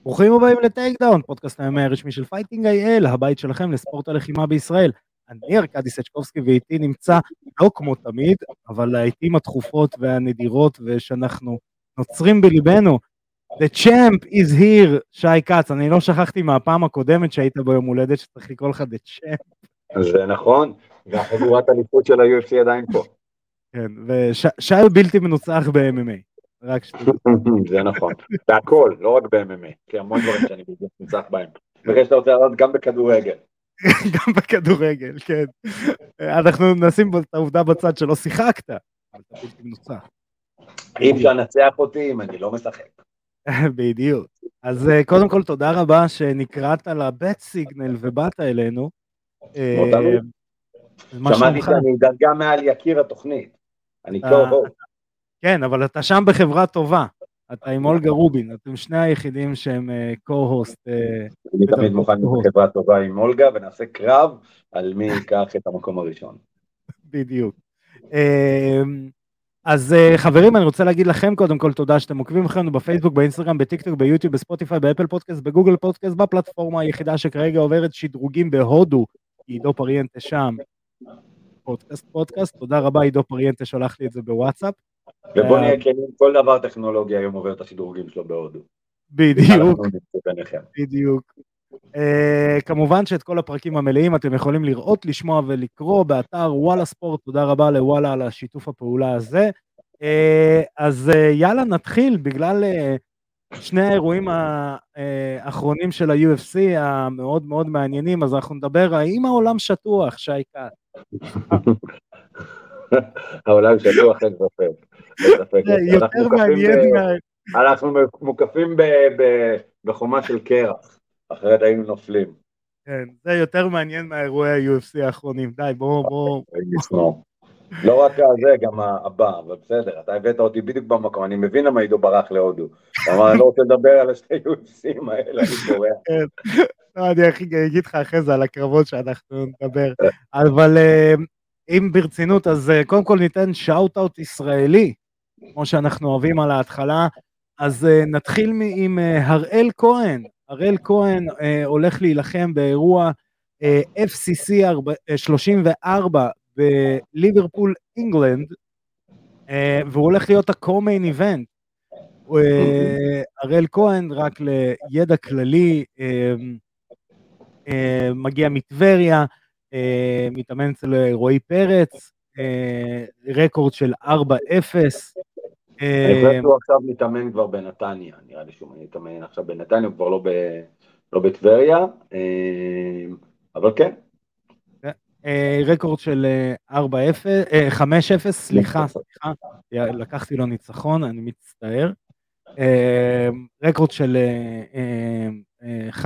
ברוכים הבאים לטייקדאון, פודקאסט הימי הרשמי של פייטינג איי-אל, הבית שלכם לספורט הלחימה בישראל. אני ארקדי סצ'קובסקי ואיתי נמצא לא כמו תמיד, אבל לעיתים התכופות והנדירות ושאנחנו נוצרים בליבנו. The champ is here, שי קץ. אני לא שכחתי מהפעם הקודמת שהיית ביום הולדת שצריך לקרוא לך The champ. זה נכון, והחגורת אליפות של ה-UFC עדיין פה. כן, ושי הוא בלתי מנוצח ב-MMA. רק שתדעו. זה נכון, והכל, לא רק ב-MMA, כי המון דברים שאני מנצח בהם. וכן שאתה רוצה לעלות גם בכדורגל. גם בכדורגל, כן. אנחנו נשים את העובדה בצד שלא שיחקת, אבל אתה בלתי מנוצח. אי אפשר לנצח אותי אם אני לא משחק. בדיוק. אז קודם כל תודה רבה שנקראת לבט סיגנל ובאת אלינו. שמעתי שאני דרגה מעל יקיר התוכנית. אני קו-הוסט. כן, אבל אתה שם בחברה טובה. אתה עם אולגה רובין, אתם שני היחידים שהם קו-הוסט. אני תמיד מוכן בחברה טובה עם אולגה, ונעשה קרב על מי ייקח את המקום הראשון. בדיוק. אז חברים, אני רוצה להגיד לכם קודם כל תודה שאתם עוקבים אחרינו בפייסבוק, באינסטגרם, בטיקטוק, ביוטיוב, בספוטיפיי, באפל פודקאסט, בגוגל פודקאסט, בפלטפורמה היחידה שכרגע עוברת שדרוגים בהודו, עידו פריאנטה שם. פודקאסט, תודה רבה, עידו פריאנטה שלח לי את זה בוואטסאפ. ובוא נהיה כנים, כל דבר טכנולוגיה היום עובר את השדרוגים שלו בהודו. בדיוק, בדיוק. כמובן שאת כל הפרקים המלאים אתם יכולים לראות, לשמוע ולקרוא באתר וואלה ספורט, תודה רבה לוואלה על השיתוף הפעולה הזה. אז יאללה נתחיל, בגלל שני האירועים האחרונים של ה-UFC המאוד מאוד מעניינים, אז אנחנו נדבר, האם העולם שטוח, שי קץ? העולם שטוח, אין ספק. יותר מעניין. אנחנו מוקפים בחומה של קרח, אחרת היינו נופלים. כן, זה יותר מעניין מהאירועי ה-UFC האחרונים, די בואו. לא רק זה, גם הבא, אבל בסדר, אתה הבאת אותי בדיוק במקום, אני מבין למה עידו ברח להודו, אבל אני לא רוצה לדבר על השתי UFCים האלה, אני קורא. אני אגיד לך אחרי זה על הקרבות שאנחנו נדבר, אבל אם ברצינות, אז קודם כל ניתן שאוט-אוט ישראלי, כמו שאנחנו אוהבים על ההתחלה, אז נתחיל עם הראל כהן. הראל כהן הולך להילחם באירוע FCC 34 בליברפול, אינגלנד, והוא הולך להיות הקו-מיין איבנט. הראל כהן, רק לידע כללי, מגיע מטבריה, מתאמן אצל רועי פרץ, רקורד של 4-0. אני חושב שהוא עכשיו מתאמן כבר בנתניה, נראה לי שהוא מתאמן עכשיו בנתניה, הוא כבר לא בטבריה, אבל כן. רקורד של 5-0, סליחה, לקחתי לו ניצחון, אני מצטער. רקורד של 5-0,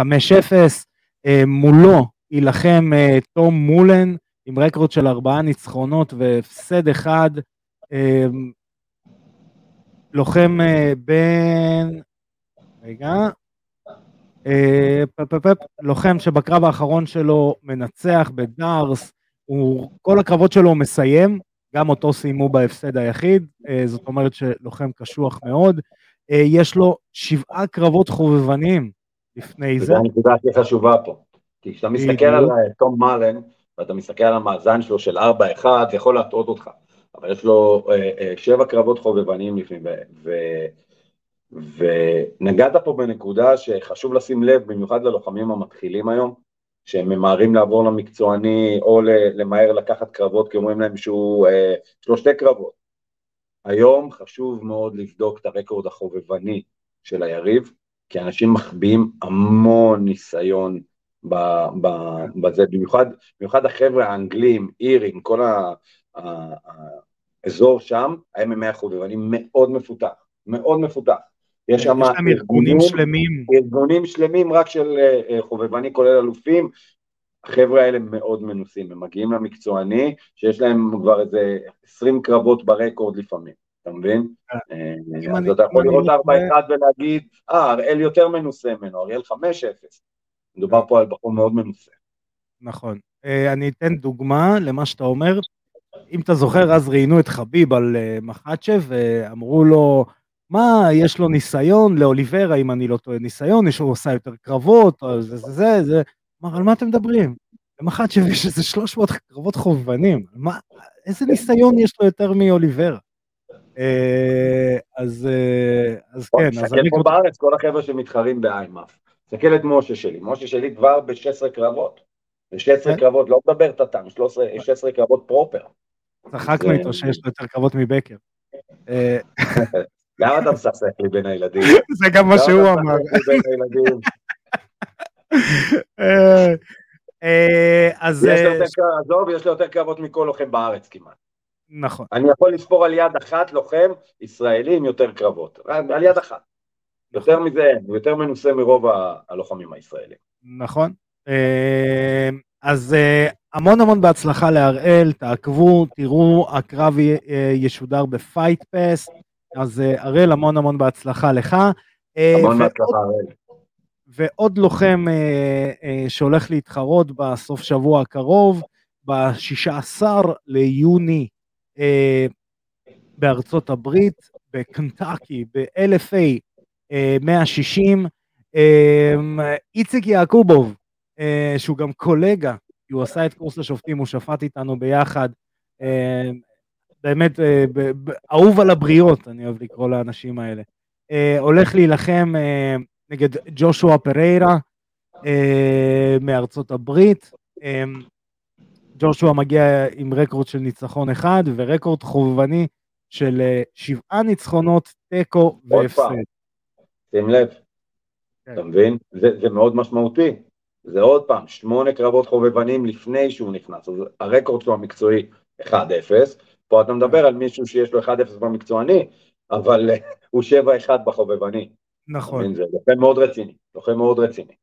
מולו ילחם תום מולן, עם רקורד של 4 ניצחונות והפסד אחד, לוחם לוחם שבקרב האחרון שלו מנצח בדארס, כל הקרבות שלו מסיים, גם אותו סיימו בהפסד היחיד, זאת אומרת שלוחם קשוח מאוד, יש לו 7 קרבות חובבניים לפני זה. זה הנקודה הכי חשובה פה, כי כשאתה מסתכל על תום מולן, ואתה מסתכל על המאזן שלו של 4-1, זה יכול להטעות אותך, אבל יש לו 7 קרבות חובבניים לפעמים, ונגעת פה בנקודה שחשוב לשים לב, במיוחד ללוחמים המתחילים היום, שהם ממהרים לעבור למקצועני, או למהר לקחת קרבות, כי אומרים להם שהוא 3 קרבות. היום חשוב מאוד לבדוק את הרקורד החובבני של היריב, כי אנשים מחביאים המון ניסיון בזה, במיוחד החבר'ה האנגלים, אירים, כל האזור שם, ה-MMA החובבני מאוד מפותח. יש שם ארגונים שלמים רק של חובבני כולל אלופים, החבר'ה האלה מאוד מנוסים, הם מגיעים למקצועני, שיש להם כבר איזה 20 קרבות ברקורד לפעמים, אתה מבין? אז אתה יכול לראות 4-1 ולהגיד, הראל יותר מנוסה ממנו, הראל 5-0, מדובר פה על בחור מאוד מנוסה. נכון, אני אתן דוגמה למה שאתה אומר, אם אתה זוכר, אז ראינו את חביב על מחצ'ב, ואמרו לו, מה, יש לו ניסיון, לאוליברה, אם אני לא טועה, ניסיון, יש לו עושה יותר קרבות, זה. אמר, על מה אתם מדברים? למחת שיש איזה 300 קרבות חובבנים, איזה ניסיון יש לו יותר מאוליברה? אז כן, אז תסתכל פה בארץ, כל החבר'ה שמתחרים באיימאף. תסתכל את משה שלי, משה שלי כבר ב-16 קרבות. ב-16 קרבות, לא מדבר את הטעם, 16 קרבות פרופר. צחקנו איתו שיש לו יותר קרבות מבקר. למה אתה מסכסך לי בין הילדים? זה גם מה שהוא אמר. אז יש לו יותר קרבות מכל לוחם בארץ כמעט. נכון. אני יכול לספור על יד אחת לוחם ישראלי עם יותר קרבות, על יד אחת. יותר מזה, הוא יותר מנוסה מרוב הלוחמים הישראלים. נכון. אז המון בהצלחה להראל, תעקבו, תראו, הקרב ישודר בפייט פס, אז הראל, המון בהצלחה לך. המון בהצלחה הראל. ועוד לוחם שהולך להתחרות בסוף שבוע הקרוב, ב-16 ליוני בארצות הברית, בקנטקי, ב-LFA 160, איציק יעקובוב, שהוא גם קולגה, הוא עשה את קורס השופטים, הוא שפט איתנו ביחד, באמת אהוב על הבריות, אני אוהב לקרוא לאנשים האלה, הולך להילחם נגד ג'ושוע פריירה מארצות הברית. ג'ושוע מגיע עם רקורד של ניצחון אחד ורקורד חובבני של 7 ניצחונות, תיקו והפסד. שים לב, אתה מבין? זה מאוד משמעותי. זה עוד פעם 8 קרבות חובבנים לפני שהוא נכנס, אז הרקורד שלו המקצועי 1-0, פה אתה מדבר על מישהו שיש לו 1-0 במקצועני, אבל הוא 7-1 בחובבני. נכון. זה לוחם מאוד רציני.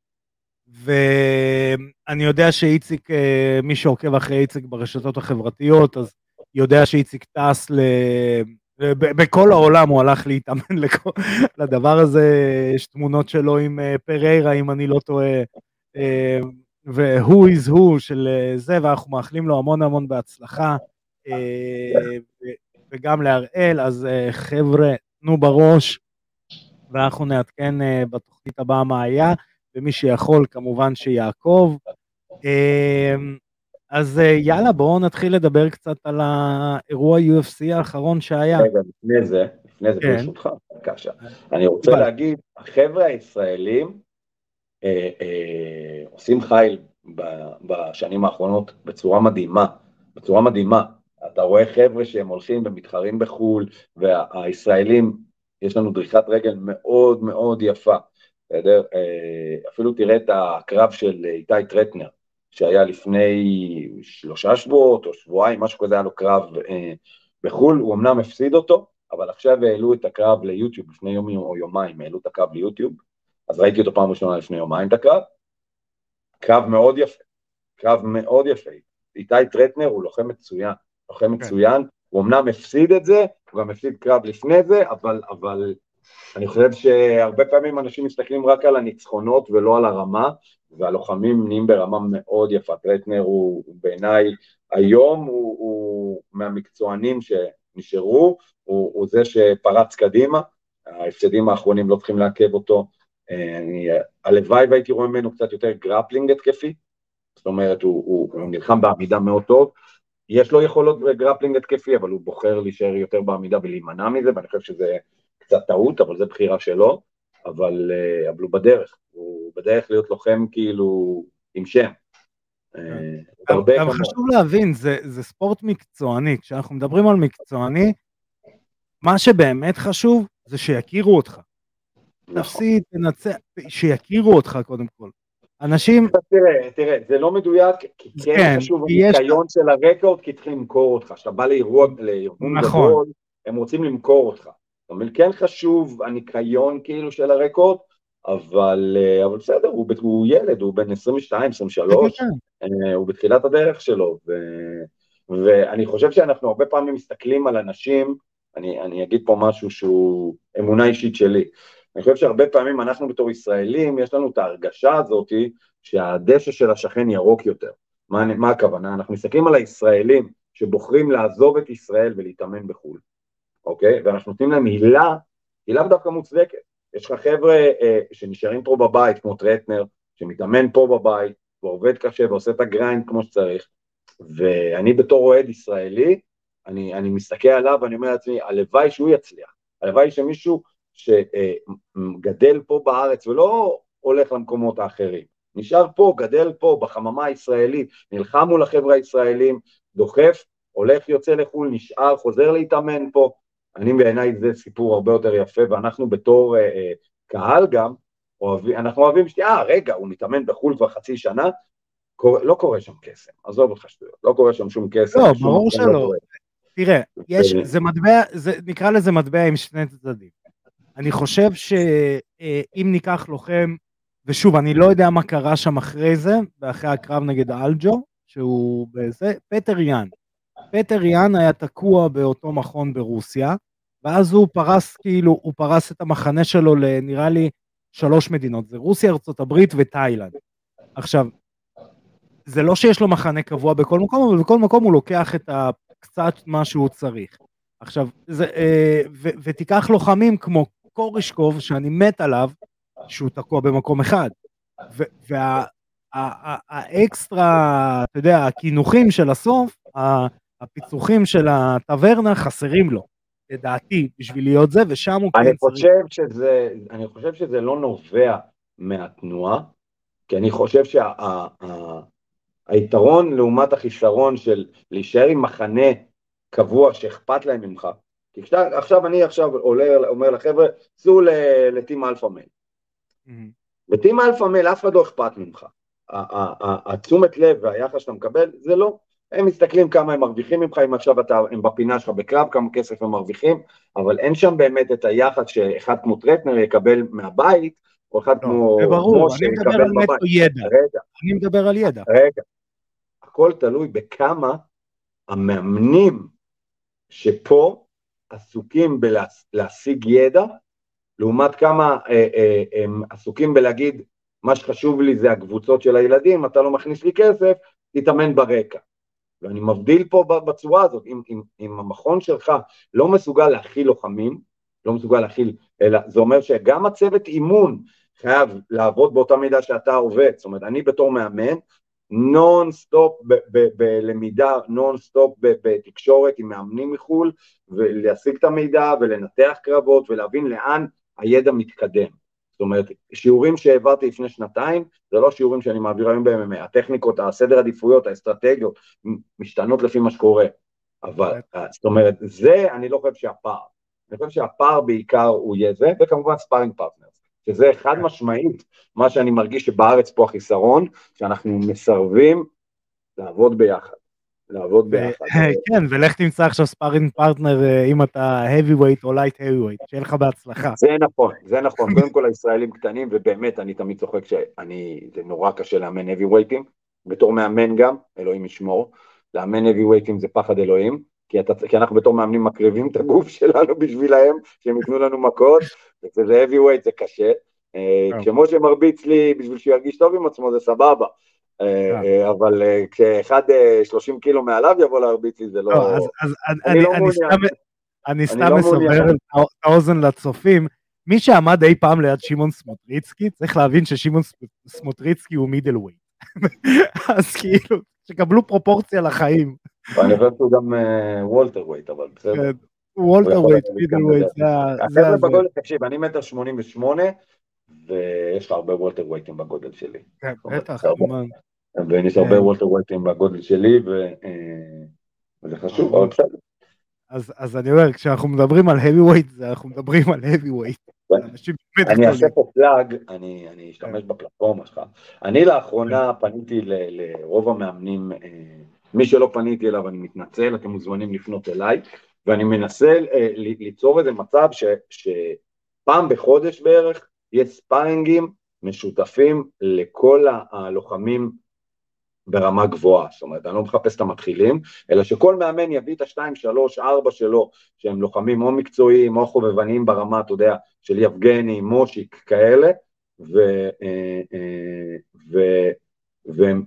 ואני יודע שאיציק, מי שעוקב אחרי איציק ברשתות החברתיות, אז יודע שאיציק טס בכל העולם, הוא הלך להתאמן לדבר הזה, יש תמונות שלו עם פריירה, אם אני לא טועה, ו-who is who של זה, ואנחנו מאחלים לו המון בהצלחה, וגם להראל, אז חבר'ה, תנו בראש, ואנחנו נעדכן בתוכנית הבאה מה היה, ומי שיכול כמובן שיעקוב. אז יאללה, בואו נתחיל לדבר קצת על האירוע UFC האחרון שהיה. רגע, לפני זה ברשותך, בבקשה. אני רוצה להגיד, החבר'ה הישראלים עושים חיל בשנים האחרונות בצורה מדהימה. אתה רואה חבר'ה שהם הולכים ומתחרים בחול, והישראלים, יש לנו דריכת רגל מאוד יפה. בסדר? אפילו תראה את הקרב של איתי טרטנר, שהיה לפני 3 שבועות או שבועיים, משהו כזה היה לו קרב בחול, הוא אמנם הפסיד אותו, אבל עכשיו העלו את הקרב ליוטיוב, לפני יום או יומיים העלו את הקרב ליוטיוב, אז ראיתי אותו פעם ראשונה לפני יומיים את הקרב, קרב מאוד יפה, איתי טרטנר הוא לוחם מצוין, הוא אמנם הפסיד את זה, הוא גם הפסיד קרב לפני זה, אבל אני חושב שהרבה פעמים אנשים מסתכלים רק על הניצחונות ולא על הרמה, והלוחמים נהיים ברמה מאוד יפה. טרטנר הוא בעיניי, היום הוא מהמקצוענים שנשארו, הוא זה שפרץ קדימה, ההפסדים האחרונים לא צריכים לעכב אותו, הלוואי והייתי רואה ממנו קצת יותר גרפלינג התקפי, זאת אומרת הוא נלחם בעמידה מאוד טוב, יש לו יכולות בגרפלינג התקפי, אבל הוא בוחר להישאר יותר בעמידה ולהימנע מזה, ואני חושב שזה קצת טעות, אבל זה בחירה שלו, אבל הוא בדרך להיות לוחם כאילו עם שם. גם חשוב להבין, זה ספורט מקצועני, כשאנחנו מדברים על מקצועני, מה שבאמת חשוב זה שיכירו אותך. תפסיד, תנצח, שיכירו אותך קודם כל. אנשים... תראה, זה לא מדויק, כי כן חשוב הניקיון של הרקורד, כי צריכים למכור אותך, כשאתה בא לארגון גדול, הם רוצים למכור אותך. זאת אומרת, כן חשוב הניקיון כאילו של הרקורד, אבל בסדר, הוא ילד, הוא בן 22, 23, הוא בתחילת הדרך שלו, ואני חושב שאנחנו הרבה פעמים מסתכלים על אנשים, אני אגיד פה משהו שהוא אמונה אישית שלי, אני חושב שהרבה פעמים אנחנו בתור ישראלים, יש לנו את ההרגשה הזאת שהדשא של השכן ירוק יותר. מה הכוונה? אנחנו מסתכלים על הישראלים שבוחרים לעזוב את ישראל ולהתאמן בחו"ל, אוקיי? ואנחנו נותנים להם היא לאו דווקא מוצדקת. יש לך חבר'ה שנשארים פה בבית, כמו טרטנר, שמתאמן פה בבית, ועובד קשה ועושה את הגריינד כמו שצריך, ואני בתור אוהד ישראלי, אני מסתכל עליו ואני אומר לעצמי, הלוואי שהוא יצליח, הלוואי שמישהו שגדל פה בארץ ולא הולך למקומות האחרים, נשאר פה, גדל פה בחממה הישראלית, נלחם מול החבר'ה הישראלים, דוחף, הולך יוצא לחול, נשאר, חוזר להתאמן פה, אני בעיניי זה סיפור הרבה יותר יפה, ואנחנו בתור קהל גם, אנחנו אוהבים רגע, הוא מתאמן בחול כבר חצי שנה, לא קורה שם קסם, עזוב אותך שטויות, לא קורה שם שום קסם. לא, ברור שלא. תראה, זה מטבע, נקרא לזה מטבע עם שני צדדים. אני חושב שאם ניקח לוחם, ושוב, אני לא יודע מה קרה שם אחרי זה, ואחרי הקרב נגד אלג'ו, שהוא בזה, פטר יאן היה תקוע באותו מכון ברוסיה, ואז הוא פרס את המחנה שלו לנראה לי 3 מדינות, זה רוסיה, ארצות הברית ותאילנד. עכשיו, זה לא שיש לו מחנה קבוע בכל מקום, אבל בכל מקום הוא לוקח את קצת מה שהוא צריך. עכשיו, ותיקח לוחמים כמו קורישקוב, שאני מת עליו, שהוא תקוע במקום אחד. והאקסטרה, אתה יודע, הכינוחים של הסוף, הפיצוחים של הטברנה חסרים לו, לדעתי, בשביל להיות זה, ושם הוא כן צריך. אני חושב שזה לא נובע מהתנועה, כי אני חושב היתרון לעומת החיסרון של להישאר עם מחנה קבוע שאכפת להם ממך, כי אני עכשיו אומר לחבר'ה, צאו לטים אלפא מייל, בטים אלפא מייל אף אחד לא אכפת ממך, התשומת לב והיחס שאתה מקבל זה לא, הם מסתכלים כמה הם מרוויחים ממך, אם עכשיו הם בפינה שלך בקרב, כמה כסף הם מרוויחים, אבל אין שם באמת את היחס שאחד כמו טרטנר יקבל מהבית, או אחד כמו משה יקבל בבית. אני מדבר על ידע. רגע, הכל תלוי בכמה המאמנים שפה עסוקים בלהשיג ידע, לעומת כמה הם עסוקים בלהגיד, מה שחשוב לי זה הקבוצות של הילדים, אתה לא מכניס לי כסף, תתאמן ברקע. ואני מבדיל פה בצורה הזאת, אם המכון שלך לא מסוגל להכיל לוחמים, לא מסוגל להכיל, אלא זה אומר שגם הצוות אימון חייב לעבוד באותה מידה שאתה עובד, זאת אומרת, אני בתור מאמן, נון-סטופ בלמידה, נון-סטופ בתקשורת עם מאמנים מחול, ולהשיג את המידע ולנתח קרבות ולהבין לאן הידע מתקדם. זאת אומרת, שיעורים שהעברתי לפני שנתיים, זה לא שיעורים שאני מעביר היום ב-MMA, הטכניקות, הסדר עדיפויות, האסטרטגיות, משתנות לפי מה שקורה, אבל, זאת אומרת, זה אני לא חושב שהפער, אני חושב שהפער בעיקר הוא יהיה זה, וכמובן ספארינג פרטנרס, שזה חד משמעית, מה שאני מרגיש שבארץ פה החיסרון, שאנחנו מסרבים לעבוד ביחד. כן, ולך תמצא עכשיו ספארינג פרטנר, אם אתה heavyweight או light heavyweight, שיהיה לך בהצלחה. זה נכון, קודם כל הישראלים קטנים, ובאמת אני תמיד צוחק זה נורא קשה לאמן heavyweighting, בתור מאמן גם, אלוהים ישמור, לאמן heavyweighting זה פחד אלוהים, כי אנחנו בתור מאמנים מקריבים את הגוף שלנו בשבילהם, שהם ייתנו לנו מכות, וזה heavyweight זה קשה, כשמשה מרביץ לי בשביל שהוא ירגיש טוב עם עצמו זה סבבה, אבל כשאחד 30 קילו מעליו יבוא להרביץ לי זה לא... אני סתם מסבר את האוזן לצופים, מי שעמד אי פעם ליד שמעון סמוטריצקי, צריך להבין ששמעון סמוטריצקי הוא מידלווייט, אז כאילו, שקבלו פרופורציה לחיים. ואני חושב שהוא גם וולטרווייט, אבל בסדר. וולטרווייט, מידלווייט, זה... תקשיב, אני 1.88 מטר, ויש לך הרבה וולטרווייטים בגודל שלי. כן, בטח, ויש הרבה וולטרווייטים בגודל שלי, וזה חשוב, אבל בסדר. אז אני אומר, כשאנחנו מדברים על heavyweight, אנחנו מדברים על heavyweight. אני אעשה פה פלאג, אני אשתמש בפלטפורמה שלך. אני לאחרונה פניתי לרוב המאמנים, מי שלא פניתי אליו אני מתנצל, אתם מוזמנים לפנות אליי, ואני מנסה ליצור איזה מצב שפעם בחודש בערך, יש ספארינגים משותפים לכל הלוחמים ברמה גבוהה, זאת אומרת, אני לא מחפש את המתחילים, אלא שכל מאמן יביא את 2, 3, 4 שלו, שהם לוחמים או מקצועיים או חובבניים ברמה, אתה יודע, של יבגני, מושיק, כאלה, והם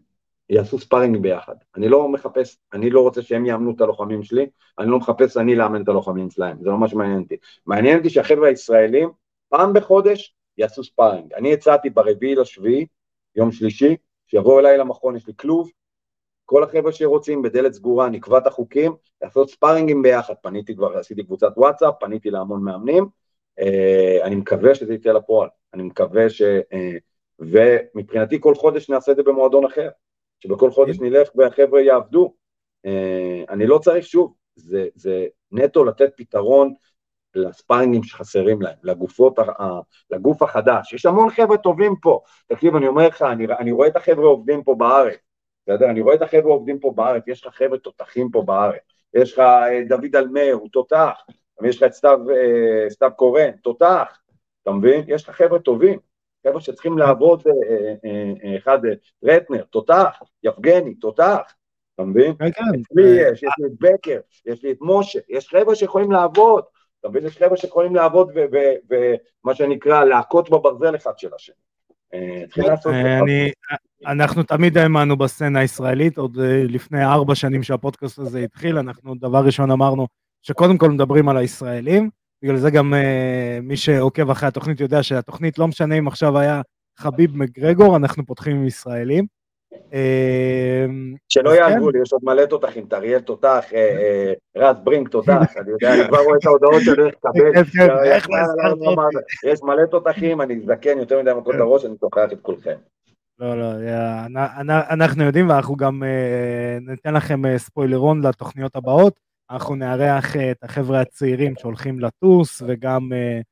יעשו ספארינג ביחד. אני לא מחפש, אני לא רוצה שהם יאמנו את הלוחמים שלי, אני לא מחפש אני לאמן את הלוחמים שלהם, זה לא מה שמעניין אותי. מעניין אותי שהחבר'ה הישראלים, פעם בחודש, יעשו ספארינג. אני הצעתי ב4.7, יום שלישי, שיבואו אליי למכון, יש לי כלוב, כל החבר'ה שרוצים בדלת סגורה, נקבע את החוקים, לעשות ספארינגים ביחד, פניתי כבר, עשיתי קבוצת וואטסאפ, פניתי להמון מאמנים, אני מקווה שזה יצא לפועל, אני מקווה ומבחינתי כל חודש נעשה את זה במועדון אחר, שבכל חודש נלך והחבר'ה יעבדו, אני לא צריך שוב, זה נטו לתת פתרון לספארינגים שחסרים להם, לגוף החדש, יש המון חבר'ה טובים פה, תקשיב, אני אומר לך, אני רואה את החבר'ה עובדים פה בארץ, אני רואה את החבר'ה עובדים פה בארץ, יש לך חבר'ה תותחים פה בארץ, יש לך דוד אלמר, הוא תותח, יש לך את סתיו קורן, תותח, אתה מבין? יש לך חבר'ה טובים, חבר'ה שצריכים לעבוד, אחד רטנר, תותח, יבגני, תותח, אתה מבין? יש לי את בקר, יש לי את משה, יש חבר'ה שיכולים לעבוד, אתה מבין? יש חבר'ה שיכולים לעבוד ומה שנקרא להכות בברזל אחד של השני. אנחנו תמיד האמנו בסצנה הישראלית, עוד לפני 4 שנים שהפודקאסט הזה התחיל, אנחנו דבר ראשון אמרנו שקודם כל מדברים על הישראלים, בגלל זה גם מי שעוקב אחרי התוכנית יודע שהתוכנית לא משנה אם עכשיו היה חביב מגרגור, אנחנו פותחים עם ישראלים. שלא יעגבו לי, יש עוד מלא תותחים, תריאל תותח, רז ברינק תותח, אני יודע, אני כבר רואה את ההודעות שאני הולך לקבל, יש מלא תותחים, אני זקן יותר מדי מכות הראש, אני תוכח את כולכם. לא, אנחנו יודעים, ואנחנו גם ניתן לכם ספוילרון לתוכניות הבאות, אנחנו נארח את החבר'ה הצעירים שהולכים לטוס, וגם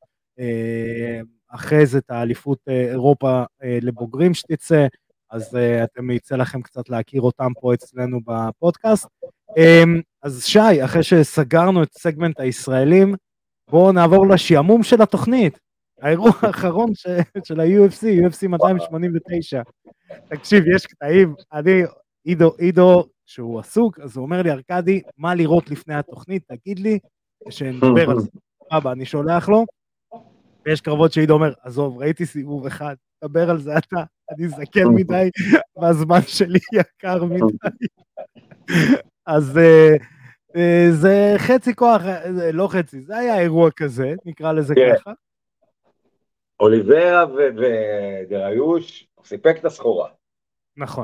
אחרי זה את האליפות אירופה לבוגרים שתצא, אז אתם יצא לכם קצת להכיר אותם פה אצלנו בפודקאסט. אז שי, אחרי שסגרנו את סגמנט הישראלים, בואו נעבור לשעמום של התוכנית. האירוע האחרון של ה-UFC, UFC 289. תקשיב, יש קטעים, עידו, שהוא עסוק, אז הוא אומר לי, ארקדי, מה לראות לפני התוכנית? תגיד לי, שנדבר על זה. אני שולח לו, ויש קרבות שעידו אומר, עזוב, ראיתי סיבוב אחד, דבר על זה אתה, אני זקן מדי, והזמן שלי יקר מדי. אז זה חצי כוח, לא חצי, זה היה אירוע כזה, נקרא לזה ככה. אוליברה ודריוש סיפק את הסחורה. נכון.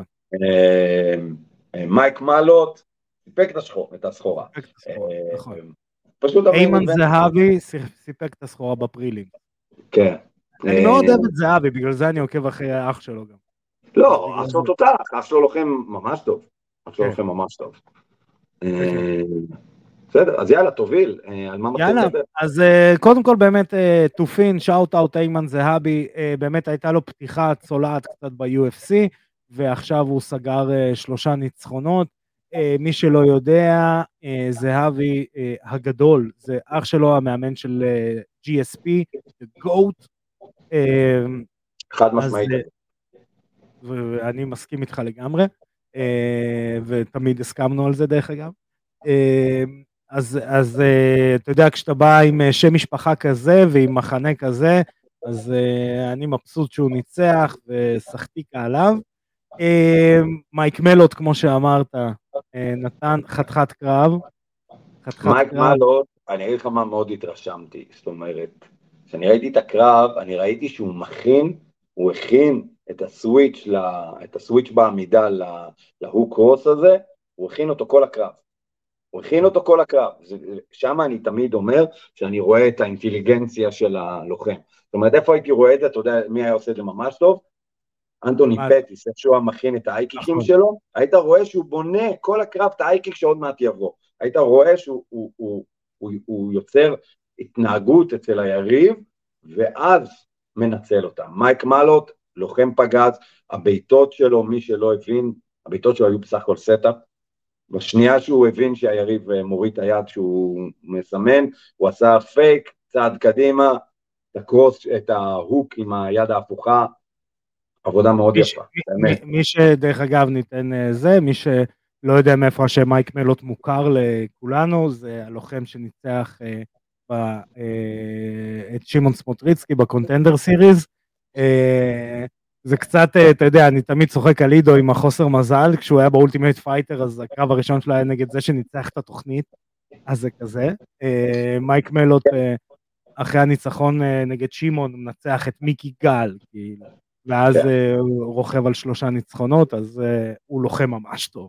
מייק מלוט סיפק את הסחורה. נכון. איימן זהבי סיפק את הסחורה בפרילים. כן. אני מאוד אוהב את זהבי, בגלל זה אני עוקב אחרי האח שלו גם. לא, אח שלו תותח, אח שלו לוחם ממש טוב. אח שלו לוחם ממש טוב. בסדר, אז יאללה, תוביל, על מה מתחיל לדבר? אז קודם כל באמת תופין, שאוט אאוט איימן זהבי, באמת הייתה לו פתיחה צולעת קצת ב-UFC, ועכשיו הוא סגר 3 ניצחונות. מי שלא יודע, זהבי הגדול, זה אח שלו, המאמן של GSP, GOAT. חד משמעית. ואני מסכים איתך לגמרי, ותמיד הסכמנו על זה דרך אגב. אז אתה יודע, כשאתה בא עם שם משפחה כזה ועם מחנה כזה, אז אני מבסוט שהוא ניצח ושחקתי עליו. מייק מלוט, כמו שאמרת, נתן חתיכת קרב. מייק מלוט, אני אגיד לך מה מאוד התרשמתי, זאת אומרת, כשאני ראיתי את הקרב, אני ראיתי שהוא הוא הכין את הסוויץ' בעמידה להוק קרוס הזה, הוא הכין אותו כל הקרב. הוא הכין אותו כל הקרב, שם אני תמיד אומר שאני רואה את האינטליגנציה של הלוחם. זאת אומרת, איפה הייתי רואה את זה, אתה יודע מי היה עושה את זה ממש טוב? אנטוני פטיס, איך שהוא מכין את האייקיקים שלו, היית רואה שהוא בונה כל הקרב את האייקיק שעוד מעט יבוא. היית רואה שהוא יוצר התנהגות אצל היריב, ואז מנצל אותה. מייק מלוט, לוחם פגז, הביתות שלו, מי שלא הבין, הביתות שלו היו בסך הכל סטאפ, בשנייה שהוא הבין שהיריב מוריד את היד שהוא מסמן, הוא עשה פייק, צעד קדימה, את ההוק עם היד ההפוכה, עבודה מאוד יפה. מי שדרך אגב ניתן זה, מי שלא יודע מאיפה השם מייק מלוט מוכר לכולנו, זה הלוחם שניצח את שמעון סמוטריצקי בקונטנדר סיריז, זה קצת, אתה יודע, אני תמיד צוחק על עידו עם החוסר מזל, כשהוא היה באולטימייט פייטר, אז הקרב הראשון שלו היה נגד זה שניצח את התוכנית, אז זה כזה. מייק מלוט, אחרי הניצחון נגד שימון, הוא מנצח את מיקי גל, ואז הוא רוכב על 3 ניצחונות, אז הוא לוחם ממש טוב.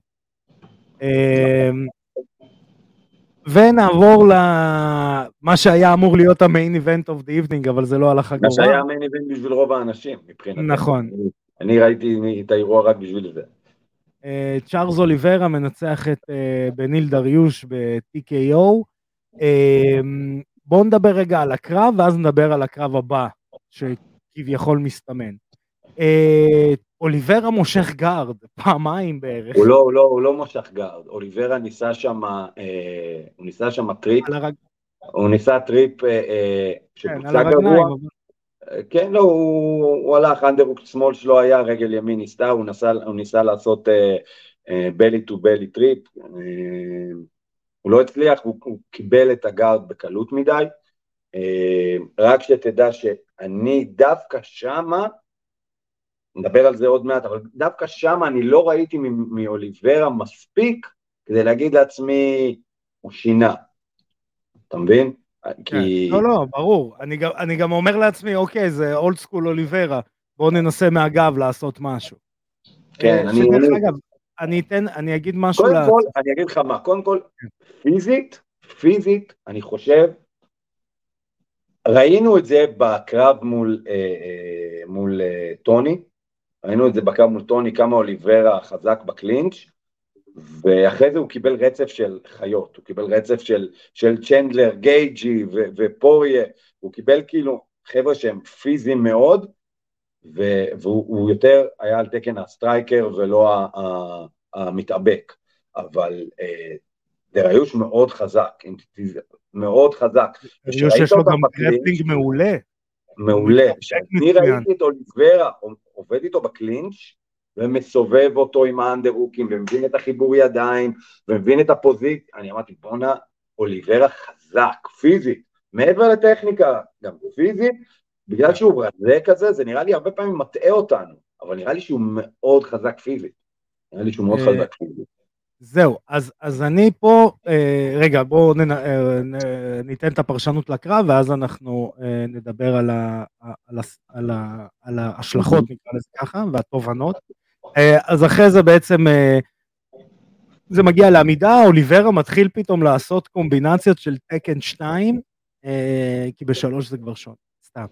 ונעבור למה שהיה אמור להיות המיין איבנט אוף דה איבנינג, אבל זה לא הלך הגורל. מה שהיה המיין איבנט בשביל רוב האנשים, מבחינתי. נכון. אני ראיתי את האירוע רק בשביל זה. צ'ארלס אוליברה מנצח את בניל דריוש ב-TKO. בואו נדבר רגע על הקרב, ואז נדבר על הקרב הבא, שכביכול מסתמן. אוליברה מושך גארד, פעמיים בערך. הוא לא מושך גארד, אוליברה ניסה שם טריפ, הוא ניסה טריפ שפוצע גרוע, כן, לא, הוא הלך, אנדרוק שמאל שלו היה, רגל ימין ניסתה, הוא ניסה לעשות בלי טו בלי טריפ, הוא לא הצליח, הוא קיבל את הגארד בקלות מדי, רק שתדע שאני דווקא שמה, נדבר על זה עוד מעט, אבל דווקא שם אני לא ראיתי מאוליברה מספיק כדי להגיד לעצמי, הוא שינה. אתה מבין? כי... לא, ברור. אני גם אומר לעצמי, אוקיי, זה אולד סקול אוליברה, בואו ננסה מהגב לעשות משהו. כן, אני אגיד משהו... קודם כל, אני אגיד לך מה, קודם כל, פיזית, אני חושב, ראינו את זה בקרב מול טוני, ראינו את זה בקרב מול טוני, כמה אוליברה חזק בקלינץ', ואחרי זה הוא קיבל רצף של חיות, הוא קיבל רצף של צ'נדלר, גייג'י ופוריה, הוא קיבל כאילו חבר'ה שהם פיזיים מאוד, והוא יותר היה על תקן הסטרייקר ולא המתאבק, אבל דריוש מאוד חזק, מאוד חזק. יש לו גם גרפלינג מעולה. מעולה. אני ראיתי את אוליברה, עובד איתו בקלינץ' ומסובב אותו עם האנדרוקים, ומבין את החיבור ידיים, ומבין את הפוזיציה, אני אמרתי, בונה, אוליברה חזק, פיזית, מעבר לטכניקה, גם פיזית, בגלל שהוא רזה כזה, זה נראה לי הרבה פעמים מטעה אותנו, אבל נראה לי שהוא מאוד חזק פיזית, נראה לי שהוא מאוד חזק פיזית. זהו, אז אני פה, רגע, בואו ניתן את הפרשנות לקרב, ואז אנחנו נדבר על ההשלכות, נקרא לזה ככה, והתובנות. אז אחרי זה בעצם, זה מגיע לעמידה, אוליברה מתחיל פתאום לעשות קומבינציות של תקן 2, כי ב3 זה כבר שונה, סתם.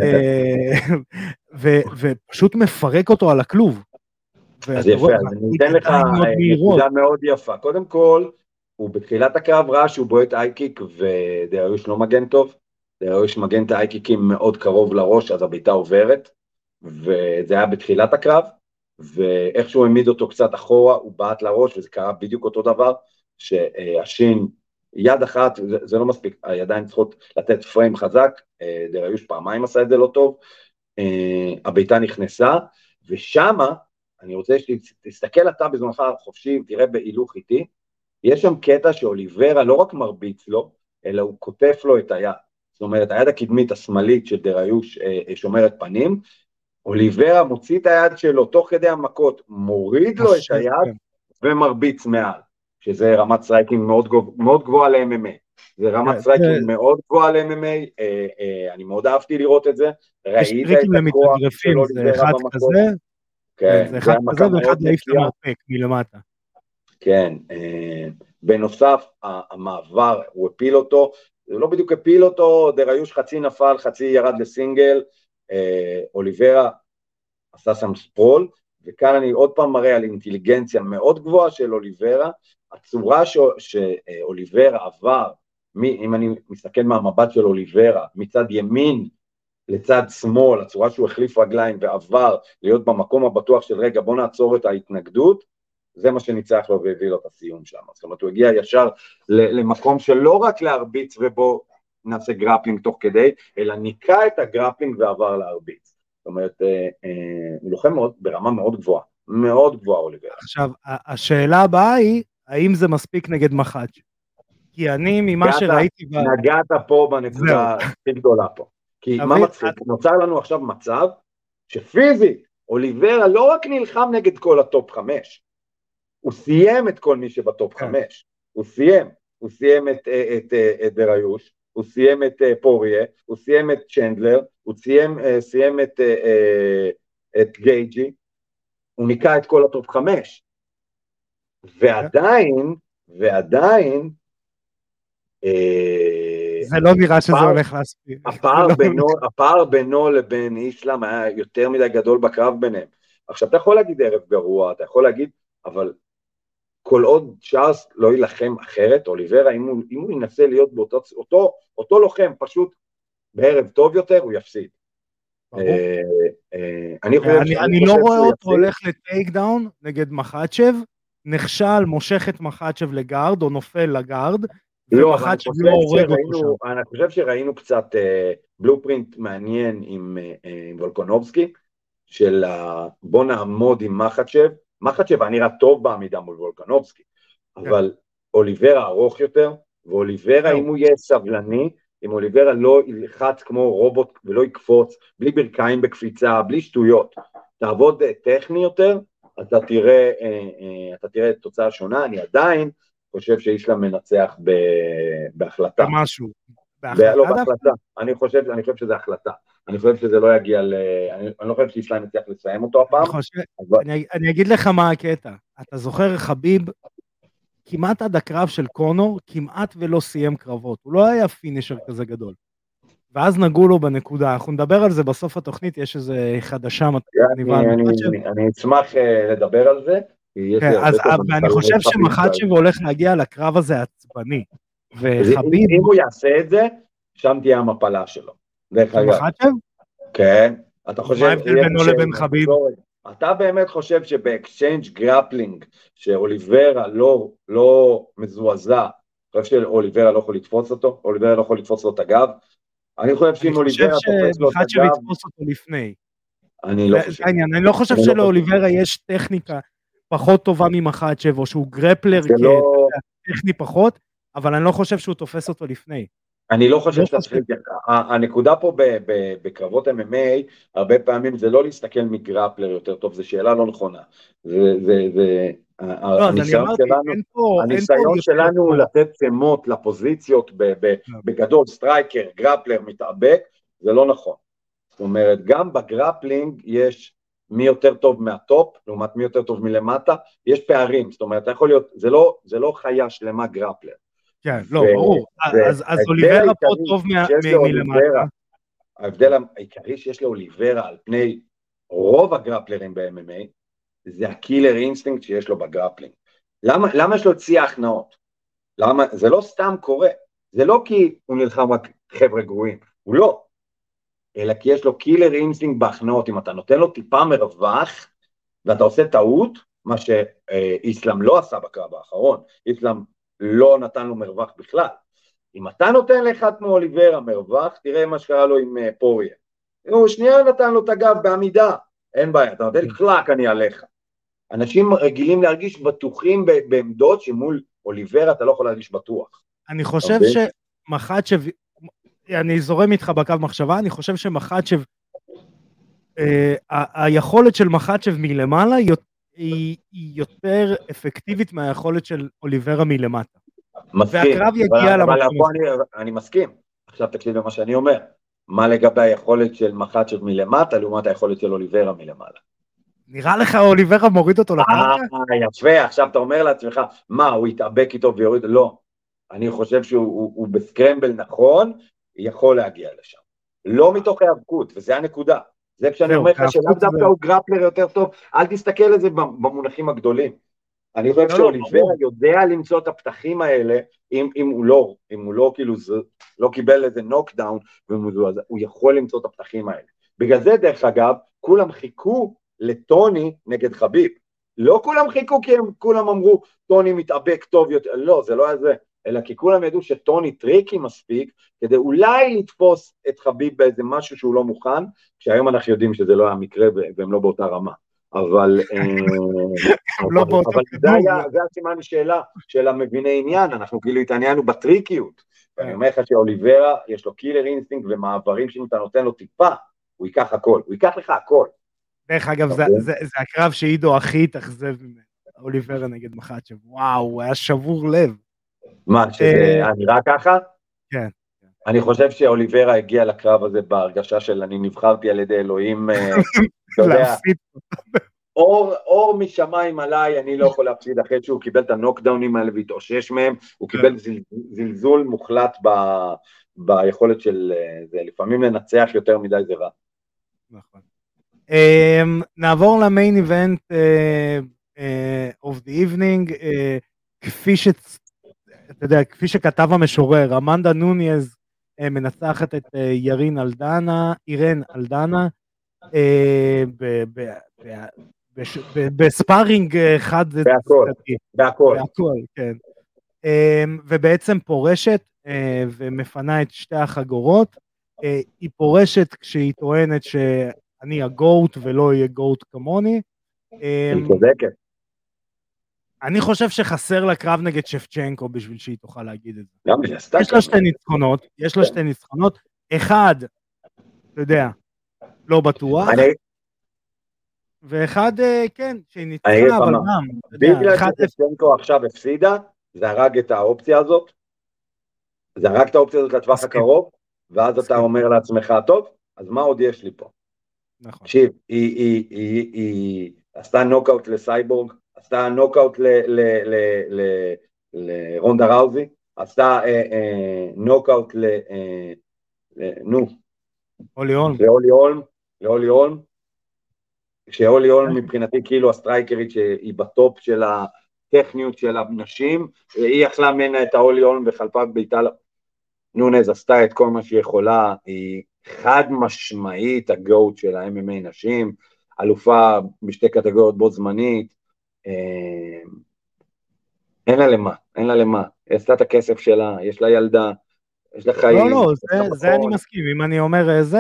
ופשוט מפרק אותו על הכלוב. אז יפה, אז אני אתן לך נקודה מאוד יפה. קודם כל, הוא בתחילת הקרב ראה שהוא בועט אייקיק, ודריוש לא מגן טוב, דריוש מגן את האייקיקים מאוד קרוב לראש, אז הביתה עוברת, וזה היה בתחילת הקרב, ואיך שהוא העמיד אותו קצת אחורה, הוא בעט לראש, וזה קרה בדיוק אותו דבר, שהשין, יד אחת, זה לא מספיק, הידיים צריכות לתת פריים חזק, דריוש פעמיים עשה את זה לא טוב, הביתה נכנסה, ושמה, אני רוצה שתסתכל אתה בזמנך חופשי, תראה בהילוך איתי, יש שם קטע שאוליברה לא רק מרביץ לו, אלא הוא כותף לו את היד, זאת אומרת, היד הקדמית השמאלית של דריוש שומרת פנים, אוליברה מוציא את היד שלו תוך כדי המכות, מוריד לו את היד ומרביץ מעל, שזה רמת סטרייקינג מאוד גבוהה ל-MMA, זה רמת סטרייקינג מאוד גבוהה ל-MMA, אני מאוד אהבתי לראות את זה, ראית את הכוח של אוליברה במכות, כן, זה אחד כזה ואחד להעיף את המרפק מלמטה. כן, בנוסף, המעבר, הוא הפיל אותו, זה לא בדיוק הפיל אותו, דריוש חצי נפל, חצי ירד לסינגל, אוליברה עשה שם ספרול, וכאן אני עוד פעם מראה על אינטליגנציה מאוד גבוהה של אוליברה, הצורה שאוליברה עבר, אם אני מסתכל מהמבט של אוליברה, מצד ימין, לצד שמאל, הצורה שהוא החליף רגליים ועבר להיות במקום הבטוח של רגע, בוא נעצור את ההתנגדות, זה מה שניצח לו והביא לו את הסיום שם. זאת אומרת, הוא הגיע ישר למקום שלא רק להרביץ ובוא נעשה גרפלינג תוך כדי, אלא ניקה את הגרפלינג ועבר להרביץ. זאת אומרת, הוא לוחם ברמה מאוד גבוהה אוליברה. עכשיו, השאלה הבאה היא, האם זה מספיק נגד מחאג'? כי אני ממה שראיתי... נגעת פה בנקודה הכי גדולה פה. כי מה מצחיק? נוצר לנו עכשיו מצב שפיזית אוליברה לא רק נלחם נגד כל הטופ 5, הוא סיים את כל מי שבטופ 5, הוא סיים את דריוש, הוא סיים את פוריה, הוא סיים את צ'נדלר, הוא סיים את גייג'י, הוא ניקה את כל הטופ 5, ועדיין, זה לא נראה שזה הולך להספיק. הפער בינו לבין איסלאם היה יותר מדי גדול בקרב ביניהם. עכשיו אתה יכול להגיד ערב גרוע, אתה יכול להגיד, אבל כל עוד צ'ארלס לא ילחם אחרת, אוליברה, אם הוא ינסה להיות באותו לוחם, פשוט בערב טוב יותר, הוא יפסיד. אני לא רואה אותו הולך לטייק דאון נגד מחצ'ב, נכשל, מושך את מחצ'ב לגארד, או נופל לגארד, ומחצ'ב לא הורג אותו שם. אני חושב שראינו קצת בלופרינט מעניין עם וולקונובסקי, של בוא נעמוד עם מחצ'ב היה נראה טוב בעמידה מול וולקונובסקי, אבל אוליברה ארוך יותר, ואוליברה אם הוא יהיה סבלני, אם אוליברה לא ילחץ כמו רובוט ולא יקפוץ, בלי ברכיים בקפיצה, בלי שטויות, תעבוד טכני יותר, אתה תראה תוצאה שונה. אני עדיין חושב שאיסלאם מנצח בהחלטה. במשהו. לא בהחלטה, אני חושב שזה החלטה. אני חושב שזה לא יגיע אני לא חושב שאיסלאם יצליח לסיים אותו הפעם. אני אגיד לך מה הקטע. אתה זוכר חביב, כמעט עד הקרב של קונור, כמעט ולא סיים קרבות. הוא לא היה פינישר כזה גדול. ואז נגעו לו בנקודה. אנחנו נדבר על זה בסוף התוכנית, יש איזה חדשה. אני אשמח לדבר על זה. ואני חושב שמחצ'ב הולך להגיע לקרב הזה עצבני. וחביב... אם הוא יעשה את זה, שם תהיה המפלה שלו. מחצ'ב? כן. מה ההבדל בינו לבין חביב? אתה באמת חושב שבאקסצ'יינג' גרפלינג, שאוליברה לא מזועזע, אני חושב שאוליברה לא יכול לתפוץ אותו, אוליברה לא יכול לתפוץ לו את הגב, אני חושב שאם אוליברה תופס לו את מחצ'ב הגב... יתפוס אותו לפני. אני לא חושב. אני לא חושב שלאוליברה יש טכניקה פחות טובה ממחצ'ב, או שהוא גרפלר כטכני פחות, אבל אני לא חושב שהוא תופס אותו לפני. אני לא חושב הנקודה פה בקרבות MMA, הרבה פעמים זה לא להסתכל מגרפלר יותר טוב, זו שאלה לא נכונה. הניסיון שלנו לתת שמות לפוזיציות בגדול, סטרייקר, גרפלר, מתאבק, זה לא נכון. זאת אומרת, גם בגרפלינג יש מי יותר טוב מהטופ, לעומת מי יותר טוב מלמטה, יש פערים, זאת אומרת, יכול להיות, זה לא חיה שלמה גרפלר. כן, לא, ברור. אז אוליברה פה טוב מלמטה. ההבדל העיקרי שיש לאוליברה על פני רוב הגרפלרים ב-MMA, זה הקילר אינסטינקט שיש לו בגרפלינג. למה יש לו צי ההכנעות? זה לא סתם קורה. זה לא כי הוא נלחם רק חבר'ה גרועים, הוא לא. אלא כי יש לו קילר אינסטינקט בהכנעות. אם אתה נותן לו טיפה מרווח, ואתה עושה טעות, מה שאיסלאם לא עשה בקרב האחרון, איסלאם לא נתן לו מרווח בכלל. אם אתה נותן לאחד כמו אוליברה מרווח, תראה מה שקרה לו עם פוריה. הוא שנייה נתן לו את הגב בעמידה, אין בעיה, אתה נותן לי קלק, אני עליך. אנשים רגילים להרגיש בטוחים בעמדות, שמול אוליברה אתה לא יכול להרגיש בטוח. אני חושב שמחצ'ב, אני זורם איתך בקו מחשבה, אני חושב שמחצ'ב, היכולת של מחצ'ב מלמעלה היא יותר אפקטיבית מהיכולת של אוליברה מלמטה. מסכים. והקרב יגיע למקום. אני מסכים. עכשיו תקשיב למה שאני אומר. מה לגבי היכולת של מחצ'ב מלמטה, לעומת היכולת של אוליברה מלמעלה? נראה לך אוליברה מוריד אותו לקרקע? יפה, עכשיו אתה אומר לעצמך, מה, הוא יתאבק איתו ויוריד? לא. אני חושב שהוא בסקרמבל נכון, יכול להגיע לשם. לא מתוך היאבקות, וזה הנקודה. זה כשאני אומר לך שלאו דווקא הוא גרפלר יותר טוב, אל תסתכל על זה במונחים הגדולים. אני חושב שאוליברה יודע למצוא את הפתחים האלה, אם הוא לא כאילו לא קיבל איזה נוקדאון, הוא יכול למצוא את הפתחים האלה. בגלל זה דרך אגב, כולם חיכו לטוני נגד חביב. לא כולם חיכו כי הם כולם אמרו, טוני מתאבק טוב יותר, לא, זה לא היה זה, אלא כי כולם ידעו שטוני טריקי מספיק, כדי אולי לתפוס את חביב באיזה משהו שהוא לא מוכן, כשהיום אנחנו יודעים שזה לא היה מקרה והם לא באותה רמה. אבל זה הסימן של המביני עניין, אנחנו כאילו התעניינו בטריקיות, ואני אומר לך שאוליברה יש לו קילר אינסטינקט ומעברים שאם אתה נותן לו טיפה, הוא ייקח הכל, הוא ייקח לך הכל. דרך אגב, זה הקרב שעידו הכי התאכזב ממנו, אוליברה נגד מחצ'ב, וואו, הוא היה שבור לב. מה, שזה נראה ככה? כן. אני חושב שאוליברה הגיע לקרב הזה בהרגשה של אני נבחרתי על ידי אלוהים, אתה יודע, אור משמיים עליי, אני לא יכול להפסיד אחרי שהוא קיבל את הנוקדאונים האלה והתאושש מהם, הוא קיבל זלזול מוחלט ביכולת של זה, לפעמים לנצח יותר מדי זה רע. נכון. נעבור למיין איבנט of the evening, כפי שכתב המשורר, אמנדה נוניז מנצחת את אירן אלדנה, בספארינג חד בהכל, כן. ובעצם פורשת ומפנה את שתי החגורות. היא פורשת כשהיא טוענת שאני הגוט ולא יהיה גוט כמוני. היא צודקת. אני חושב שחסר לה קרב נגד שפצ'נקו בשביל שהיא תוכל להגיד את זה. יש לה שתי ניצחונות, אחד, אתה יודע, לא בטוח, ואחד, כן, שהיא ניצחה, אבל גם, בגלל ששפצ'נקו עכשיו הפסידה, זה הרג את האופציה הזאת, לטווח הקרוב, ואז אתה אומר לעצמך, טוב, אז מה עוד יש לי פה? תקשיב, היא עשתה נוקאוט לסייבורג, עשתה נוקאוט לרונדה ראוזי, עשתה נוקאוט לאולי הולם, כשאולי הולם מבחינתי כאילו הסטרייקרית שהיא בטופ של הטכניות של הנשים, היא יכלה ממנה את האולי הולם וחלפה ביתה, נונז עשתה את כל מה שהיא יכולה, היא חד משמעית הגוט של ה-MMA נשים, אלופה בשתי קטגוריות בו זמנית, אין לה למה, היא עשתה את הכסף שלה, יש לה ילדה, יש לה חיים. לא, זה אני מסכים, אם אני אומר זה,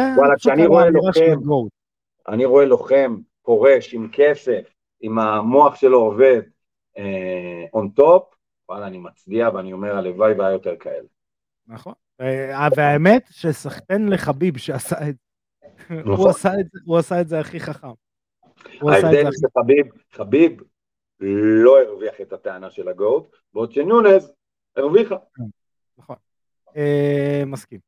אני רואה לוחם, פורש עם כסף, עם המוח שלו עובד, on top, וואלה אני מצדיע ואני אומר הלוואי והיה יותר כאלה. נכון, והאמת שסחטן לחביב שעשה את זה, הוא עשה את זה הכי חכם. ההבדל שחביב לא הרוויח את הטענה של הגוט, בעוד שנונז הרוויחה. נכון, מסכים.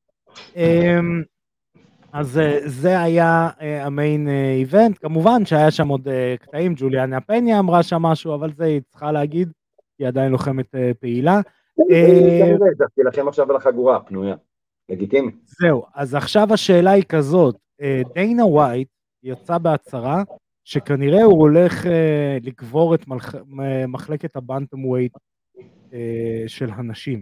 אז זה היה המיין איבנט, כמובן שהיה שם עוד קטעים, ג'וליאנה פניה אמרה שם משהו, אבל זה היא צריכה להגיד, היא עדיין לוחמת פעילה. תלחם עכשיו על החגורה, פנויה, לגיטימי. זהו, אז עכשיו השאלה היא כזאת, דיינה ווייט יצא בהצהרה, שכנראה הוא הולך לקבור את מחלקת הבנטם ווייט של הנשים.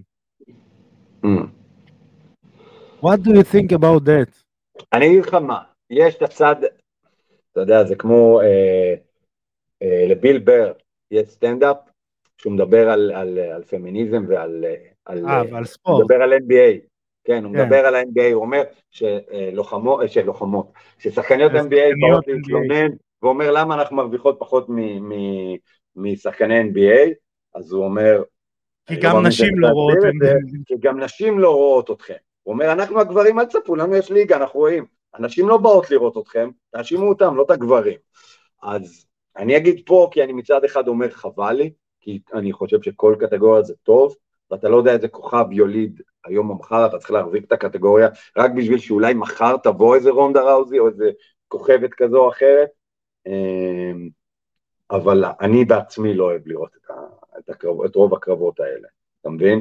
What do you think about that? אני אגיד לך מה, יש את הצד, אתה יודע, זה כמו לביל בר, יש סטנדאפ, שהוא מדבר על פמיניזם ועל ספורט. הוא מדבר על NBA, כן, הוא מדבר על NBA, הוא אומר ששחקניות NBA באות להתלונן, ואומר למה אנחנו מרוויחות פחות משחקני NBA, אז הוא אומר, כי גם נשים לא רואות אתכם. הוא אומר, אנחנו הגברים, אל תספרו, לנו יש ליגה, אנחנו רואים, הנשים לא באות לראות אתכם, תאשימו אותם, לא את הגברים. אז אני אגיד פה, כי אני מצד אחד אומר חבל לי, כי אני חושב שכל קטגוריה זה טוב, ואתה לא יודע איזה כוכב יוליד היום או מחר, אתה צריך להחזיק את הקטגוריה, רק בשביל שאולי מחר תבוא איזה רונדה ראוזי, או איזה כוכבת כזו או אחרת, אבל אני בעצמי לא אוהב לראות את רוב הקרבות האלה, אתה מבין?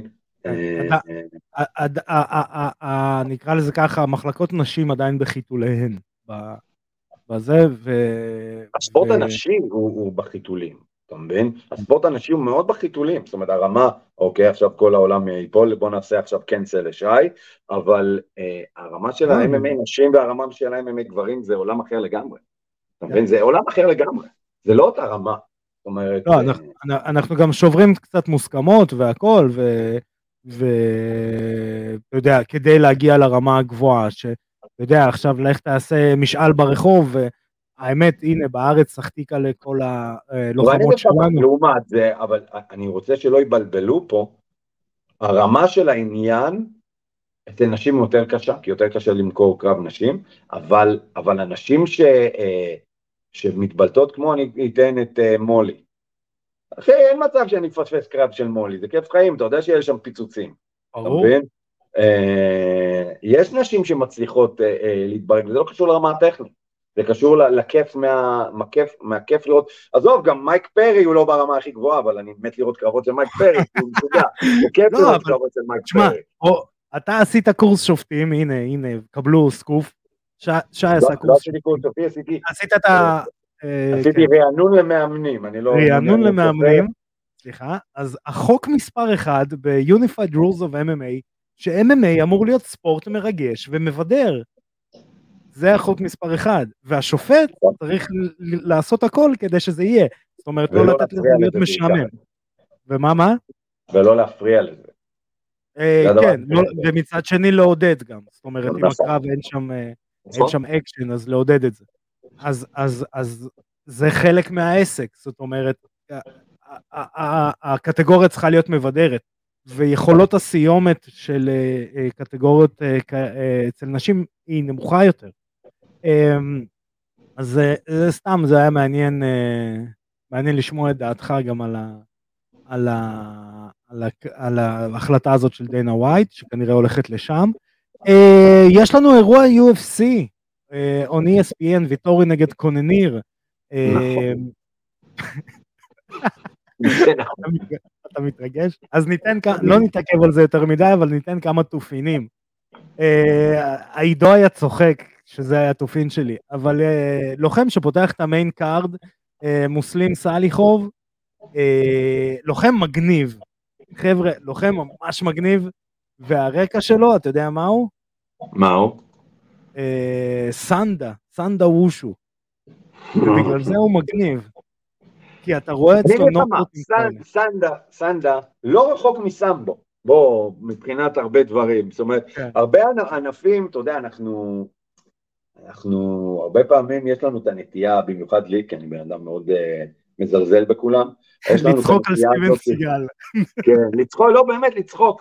נקרא לזה ככה, המחלקות נשים עדיין בחיתוליהן, בזה, הספורט הנשי הוא בחיתולים, אתה מבין? הספורט הנשי הוא מאוד בחיתולים, זאת אומרת הרמה, אוקיי, עכשיו כל העולם ייפול, בוא נעשה עכשיו קנסל לשי, אבל הרמה של ה-MMA נשים והרמה של ה-MMA גברים זה עולם אחר לגמרי, אתה מבין? זה עולם אחר לגמרי, זה לא אותה רמה, זאת אומרת... לא, אנחנו גם שוברים קצת מוסכמות והכל, ואתה יודע, כדי להגיע לרמה הגבוהה, שאתה יודע, עכשיו לך תעשה משאל ברחוב, והאמת, הנה, בארץ שחתיקה לכל הלוחמות שלנו. לעומת זה, אבל אני רוצה שלא יבלבלו פה, הרמה של העניין, אצל נשים יותר קשה, כי יותר קשה למכור קרב נשים, אבל הנשים שמתבלטות כמו, אני אתן את מולי. אחי, אין מצב שאני אפספס קרב של מולי, זה כיף חיים, אתה יודע שיש שם פיצוצים. אתה מבין? יש נשים שמצליחות להתברג, וזה לא קשור לרמה הטכנית, זה קשור לכיף מהכיף לראות, עזוב, גם מייק פרי הוא לא ברמה הכי גבוהה, אבל אני מת לראות קרבות של מייק פרי, זה כיף לראות קרבות של מייק פרי. אתה עשית קורס שופטים, הנה, קבלו סקוף, שי עשה קורס שופטים. עשיתי רענון למאמנים, אני לא... רענון למאמנים, סליחה, אז החוק מספר 1 ב-Unified Rules of MMA, ש-MMA אמור להיות ספורט מרגש ומבדר. זה החוק מספר 1, והשופט צריך לעשות הכל כדי שזה יהיה. זאת אומרת, לא לתת לזה להיות משעמם. ומה? ולא להפריע לזה. כן, ומצד שני לעודד גם. זאת אומרת, אם הקרב אין שם אקשן, אז לעודד את זה. אז זה חלק מהעסק. זאת אומרת, הקטגוריה צריכה להיות מבדרת. ויכולות הסיומת של קטגוריות אצל נשים היא נמוכה יותר. אז זה סתם, זה היה מעניין לשמוע את דעתך גם על ההחלטה הזאת של דיינה ווייט, שכנראה הולכת לשם. יש לנו אירוע UFC, on ESPN, ויטורי נגד קונניר. אתה מתרגש? אז לא נתעכב על זה יותר מדי, אבל ניתן כמה תופינים. העידו היה צוחק, שזה היה תופין שלי, אבל לוחם שפותח את המיין קארד, מוסלין סליחוב, לוחם מגניב, חבר'ה, לוחם ממש מגניב, והרקע שלו, אתה יודע מה הוא? מה הוא? סנדה וושו, ובגלל זה הוא מגניב. כי אתה רואה אצלו נוקות סנדה לא רחוק מסמבו, בוא, מבחינת הרבה דברים, זאת אומרת, הרבה ענפים, אתה יודע, אנחנו הרבה פעמים יש לנו את הנטייה, במיוחד לי, כי אני בן אדם מאוד מזלזל בכולם, לצחוק על סטיבן סיגל. כן, לצחוק, לא באמת לצחוק,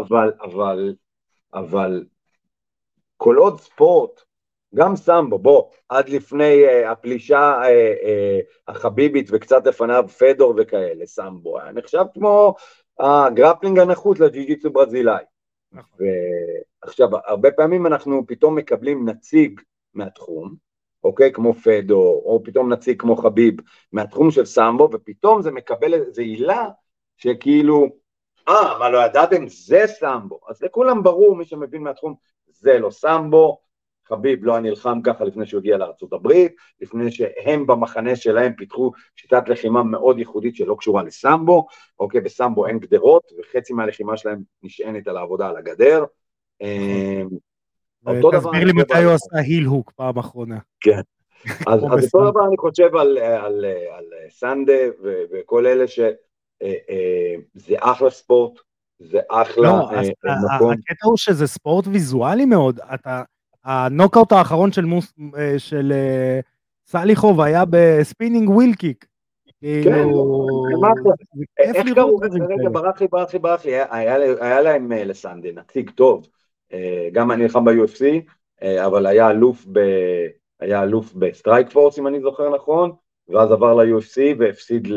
אבל כל עוד ספורט, גם סמבו, בוא, עד לפני הפלישה החביבית וקצת לפניו פדור וכאלה, סמבו, היה נחשב כמו הגרפלינג הנחות לג'יוג'יטסו ברזילאי. ועכשיו, הרבה פעמים אנחנו פתאום מקבלים נציג מהתחום, אוקיי, כמו פדור, או פתאום נציג כמו חביב מהתחום של סמבו, ופתאום זה מקבל איזו עילה שכאילו, מה לא ידעתם? זה סמבו. אז לכולם ברור, מי שמבין מהתחום, זה לא סמבו, חביב לא נלחם ככה לפני שהוא הגיע לארצות הברית, לפני שהם במחנה שלהם פיתחו שיטת לחימה מאוד ייחודית שלא קשורה לסמבו, אוקיי, בסמבו אין גדרות, וחצי מהלחימה שלהם נשענת על העבודה על הגדר. תסביר לי מתי הוא עשה היל הוק פעם אחרונה. כן, אז אותו דבר אני חושב על סנדה וכל אלה שזה אחלה ספורט, זה אחלה מקום. הקטע הוא שזה ספורט ויזואלי מאוד, הנוקאוט האחרון של סליחוב היה בספינינג וויל קיק. כן, איך קראו, רגע, ברח לי, היה להם לסנדה נציג טוב, גם אני נלחם ב-UFC, אבל היה אלוף בסטרייק פורס, אם אני זוכר נכון, ואז עבר ל-UFC והפסיד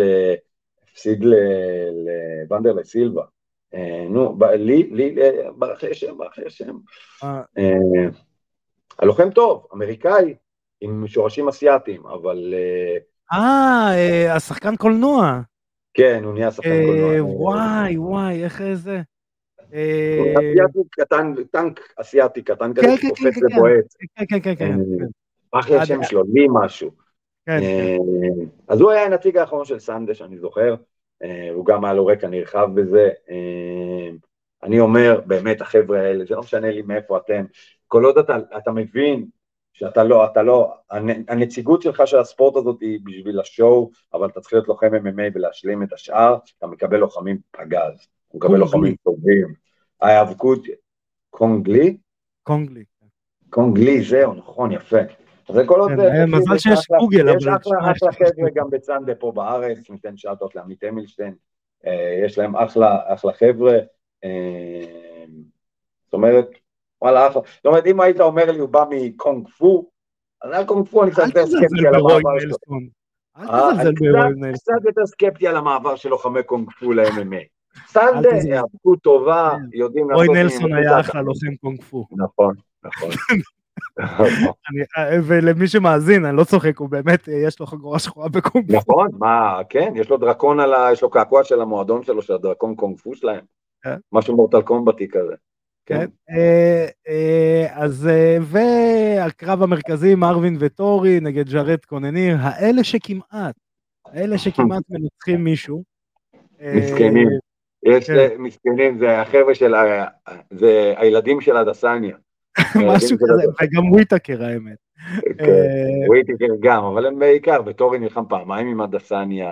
לבנדרלי סילבה. נו, ברח לי השם. הלוחם טוב, אמריקאי, עם שורשים אסיאטיים, אבל... השחקן קולנוע. כן, הוא נהיה שחקן קולנוע. וואי, איך זה? טנק אסיאטי קטן כזה, שקופץ לבועט. כן. אחרי השם שלו, לי משהו. אז הוא היה הנציג האחרון של סנדה, שאני זוכר, הוא גם היה לו רקע נרחב בזה. אני אומר, באמת, החבר'ה האלה, זה לא משנה לי מאיפה אתם, כל עוד אתה מבין שאתה לא, הנציגות שלך של הספורט הזאת היא בשביל השואו, אבל אתה צריך להיות לוחם MMA ולהשלים את השאר, אתה מקבל לוחמים פגז, הוא מקבל לוחמים טובים. ההיאבקות, קונגלי, זהו, נכון, יפה. זה כל עוד... מזל שיש גוגל, יש אחלה חבר'ה גם בצנדה פה בארץ, ניתן שאטות לעמית אמילשטיין, יש להם אחלה חבר'ה, זאת אומרת, וואלה, זאת אומרת, אם היית אומר לי, הוא בא מקונג פו, אז הקונג פו אני קצת יותר סקפטי על המעבר שלו. אני קצת יותר סקפטי על המעבר של לוחמי קונג פו ל-MMA. סנדה, היאבקות טובה, יודעים לעשות... רוי נלסון היה אחלה לוחם קונג פו. נכון, נכון. ולמי שמאזין, אני לא צוחק, הוא באמת, יש לו חגורה שחורה בקונג פו. נכון, מה, כן, יש לו דרקון יש לו קעקוע של המועדון שלו, של הדרקון קונג פו שלהם. משהו מורטל קומבטי כזה. כן, אז, והקרב המרכזי, מרווין וטורי נגד ג'ארד קונניר, האלה שכמעט מנצחים מישהו. מסכנים, יש מסכנים, זה החבר'ה של, זה הילדים של הדסניה. משהו כזה, וגם וויטקר האמת. וויטקר גם, אבל הם בעיקר, וטורי נלחם פעמיים עם הדסניה,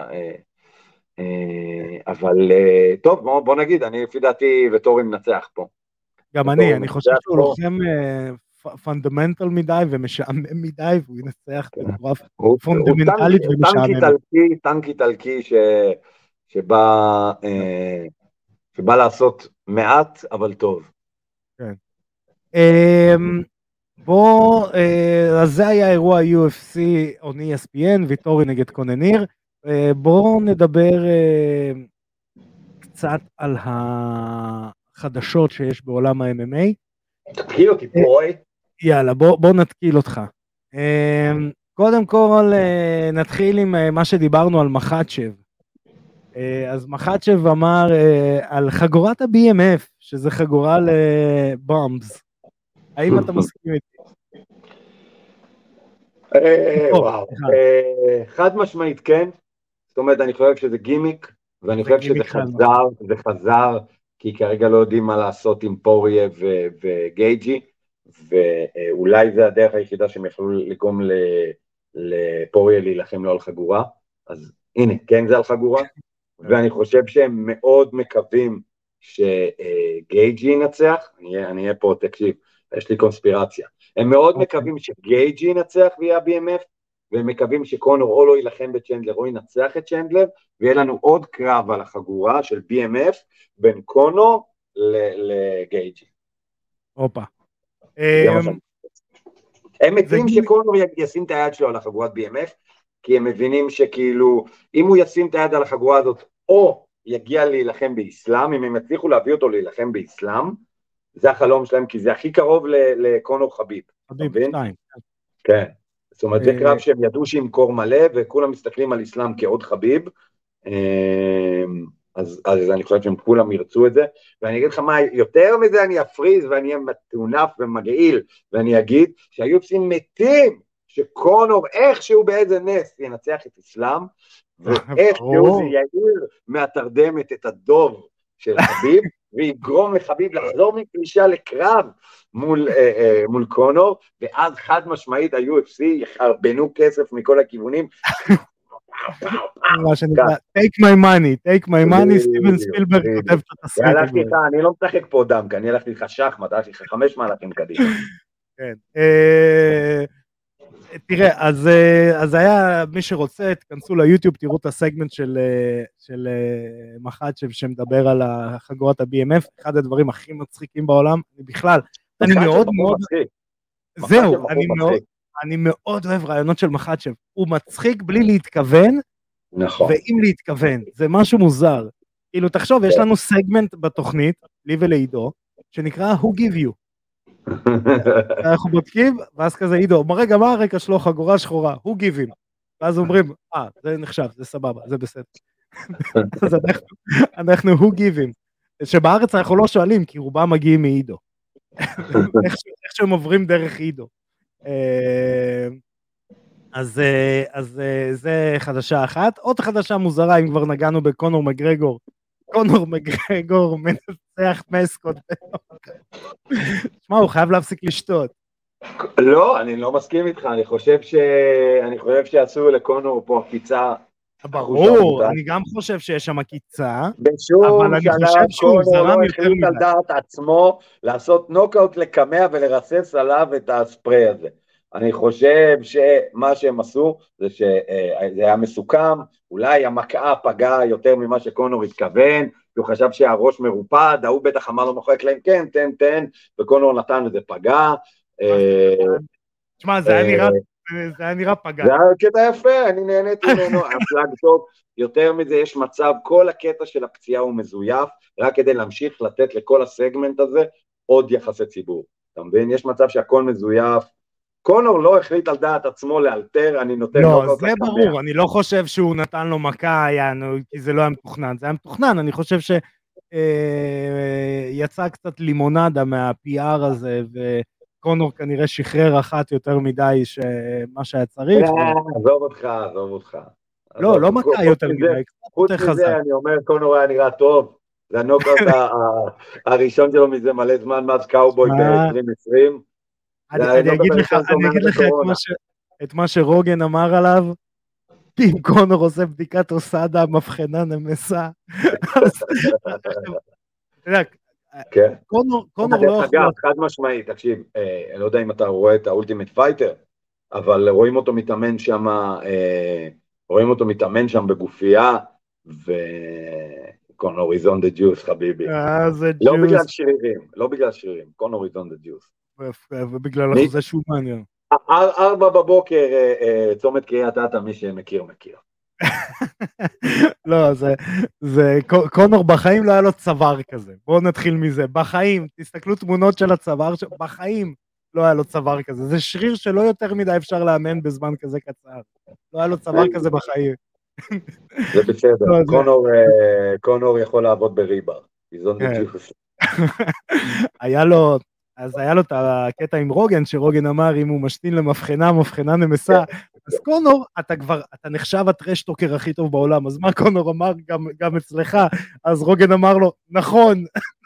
אבל טוב, בוא נגיד, אני לפי דעתי וטורי מנצח פה. גם אני חושב שהוא לוחם פונדמנטל מדי ומשעמם מדי, והוא ינצח בצורה פונדמנטלית ומשעמם. טנק איטלקי שבא לעשות מעט, אבל טוב. כן. אז זה היה אירוע UFC on ESPN, ויטורי נגד קונניר. בואו נדבר קצת על החדשות שיש בעולם ה-MMA. תתקיל אותי בוי. יאללה, בוא נתקיל אותך. קודם כל נתחיל עם מה שדיברנו על מחצ'ב. אז מחצ'ב אמר על חגורת ה-BMF, שזה חגורה לבומבס. האם אתה מסכים איתי? חד משמעית כן, זאת אומרת אני חושב שזה גימיק, ואני חושב שזה חזר, כי כרגע לא יודעים מה לעשות עם פוריה וגייג'י, ואולי זה הדרך היחידה שהם יכלו לגרום לפוריה להילחם לו על חגורה, אז הנה, כן זה על חגורה, ואני חושב שהם מאוד מקווים שגייג'י ינצח, אני אהיה פה, תקשיב, יש לי קונספירציה, הם מאוד מקווים שגייג'י ינצח ויהיה BMF, והם מקווים שקונור או לא ילחם בצ'נדלר או ינצח את צ'נדלר, ויהיה לנו עוד קרב על החגורה של BMF בין קונור לגייג'י. אופה. הם מתים שקונור ישים את היד שלו על החגורת BMF, כי הם מבינים שכאילו, אם הוא ישים את היד על החגורה הזאת, או יגיע להילחם באסלאם, אם הם יצליחו להביא אותו להילחם באסלאם, זה החלום שלהם, כי זה הכי קרוב לקונור חביב. חביב, שתיים. כן, זאת אומרת, זה קרב שהם ידעו שימכור מלא, וכולם מסתכלים על אסלאם כעוד חביב, אז אני חושב שהם כולם ירצו את זה, ואני אגיד לך מה, יותר מזה אני אפריז, ואני אהיה מתאונף ומגעיל, ואני אגיד שהיו פסים מתים, שקונור איכשהו באיזה נס ינצח את אסלאם, ואיכשהו זה יעיר מהתרדמת את הדוב של חביב, ויגרום לחביב לחזור מפלישה לקרב מול קונור, ואז חד משמעית ה-UFC יחרבנו כסף מכל הכיוונים. מה שנקרא, take my money, סטיבן ספילברג כותב את התסריט. הלכתי איתך, אני לא משחק פה דמק, אני הלכתי איתך שחמט, הלכתי איתך 5 מהלכים קדימה. כן. תראה, אז היה, מי שרוצה, תכנסו ליוטיוב, תראו את הסגמנט של מחצ'ב שמדבר על חגורת ה-BMF, אחד הדברים הכי מצחיקים בעולם, בכלל, אני מאוד מאוד, זהו, אני מאוד אוהב רעיונות של מחצ'ב, הוא מצחיק בלי להתכוון, ואם להתכוון, זה משהו מוזר, כאילו תחשוב, יש לנו סגמנט בתוכנית, לי ולעידו, שנקרא Who Give You, אנחנו בודקים, ואז כזה עידו, רגע, מה הרקע שלו חגורה שחורה? Who give him? ואז אומרים, זה נחשב, זה סבבה, זה בסדר. אז אנחנו Who give him? שבארץ אנחנו לא שואלים, כי רובם מגיעים מעידו. איך שהם עוברים דרך עידו. אז זה חדשה אחת. עוד חדשה מוזרה, אם כבר נגענו בקונור מגרגור. קונור מגרגור מנצח מסקוט. תשמע, הוא חייב להפסיק לשתות. לא, אני לא מסכים איתך, אני חושב שעשו לקונור פה עקיצה. ברור, אני גם חושב שיש שם עקיצה, אבל אני חושב שהוא זרם יותר מדי. על דעת עצמו לעשות נוקאוט לקמע ולרסס עליו את הספרי הזה. אני חושב שמה שהם עשו זה שזה היה מסוכם, אולי המקעה פגעה יותר ממה שקונור התכוון, הוא חשב שהראש מרופד, הוא בטח אמר לו מאחורי הקלעים, כן, תן, וקונור נתן וזה פגע. תשמע, זה היה זה היה נראה פגע. זה היה קטע יפה, אני נהניתי ממנו, הפלאג טוב, יותר מזה יש מצב, כל הקטע של הפציעה הוא מזויף, רק כדי להמשיך לתת לכל הסגמנט הזה עוד יחסי ציבור, אתה מבין? יש מצב שהכל מזויף, קונור לא החליט על דעת עצמו לאלתר, אני נותן לא, זה ברור, אני לא חושב שהוא נתן לו מכה, כי זה לא היה מתוכנן, זה היה מתוכנן, אני חושב שיצא קצת לימונדה מה-PR הזה, וקונור כנראה שחרר אחת יותר מדי מה שהיה צריך. עזוב אותך. לא, לא מכה יותר מדי, חוץ מזה, אני אומר, קונור היה נראה טוב, זה הנוקאוט הראשון שלו מזה מלא זמן, מאז קאובוי ב-2020. אני אגיד לך את מה שרוגן אמר עליו, אם קונור עושה בדיקת אוסדה, מבחנה נמסה. קונור לא... אגב, חד משמעי, תקשיב, אני לא יודע אם אתה רואה את האולטימט פייטר, אבל רואים אותו מתאמן שם בגופייה, וקונור is on the juice, חביבי. לא בגלל שרירים, קונור is on the juice. ובגלל זה שהוא מעניין. 4 בבוקר, צומת קריית אתא, מי שמכיר. לא, זה, קונור בחיים לא היה לו צוואר כזה, בואו נתחיל מזה, בחיים, תסתכלו תמונות של הצוואר, בחיים לא היה לו צוואר כזה, זה שריר שלא יותר מדי אפשר לאמן בזמן כזה קצר, לא היה לו צוואר כזה בחיים. זה בסדר, קונור יכול לעבוד בריבר, היה לו את הקטע עם רוגן, שרוגן אמר, אם הוא משתין למבחנה, מבחנה נמסה, אז קונור, אתה נחשב הטרשטוקר הכי טוב בעולם, אז מה קונור אמר גם אצלך, אז רוגן אמר לו, נכון.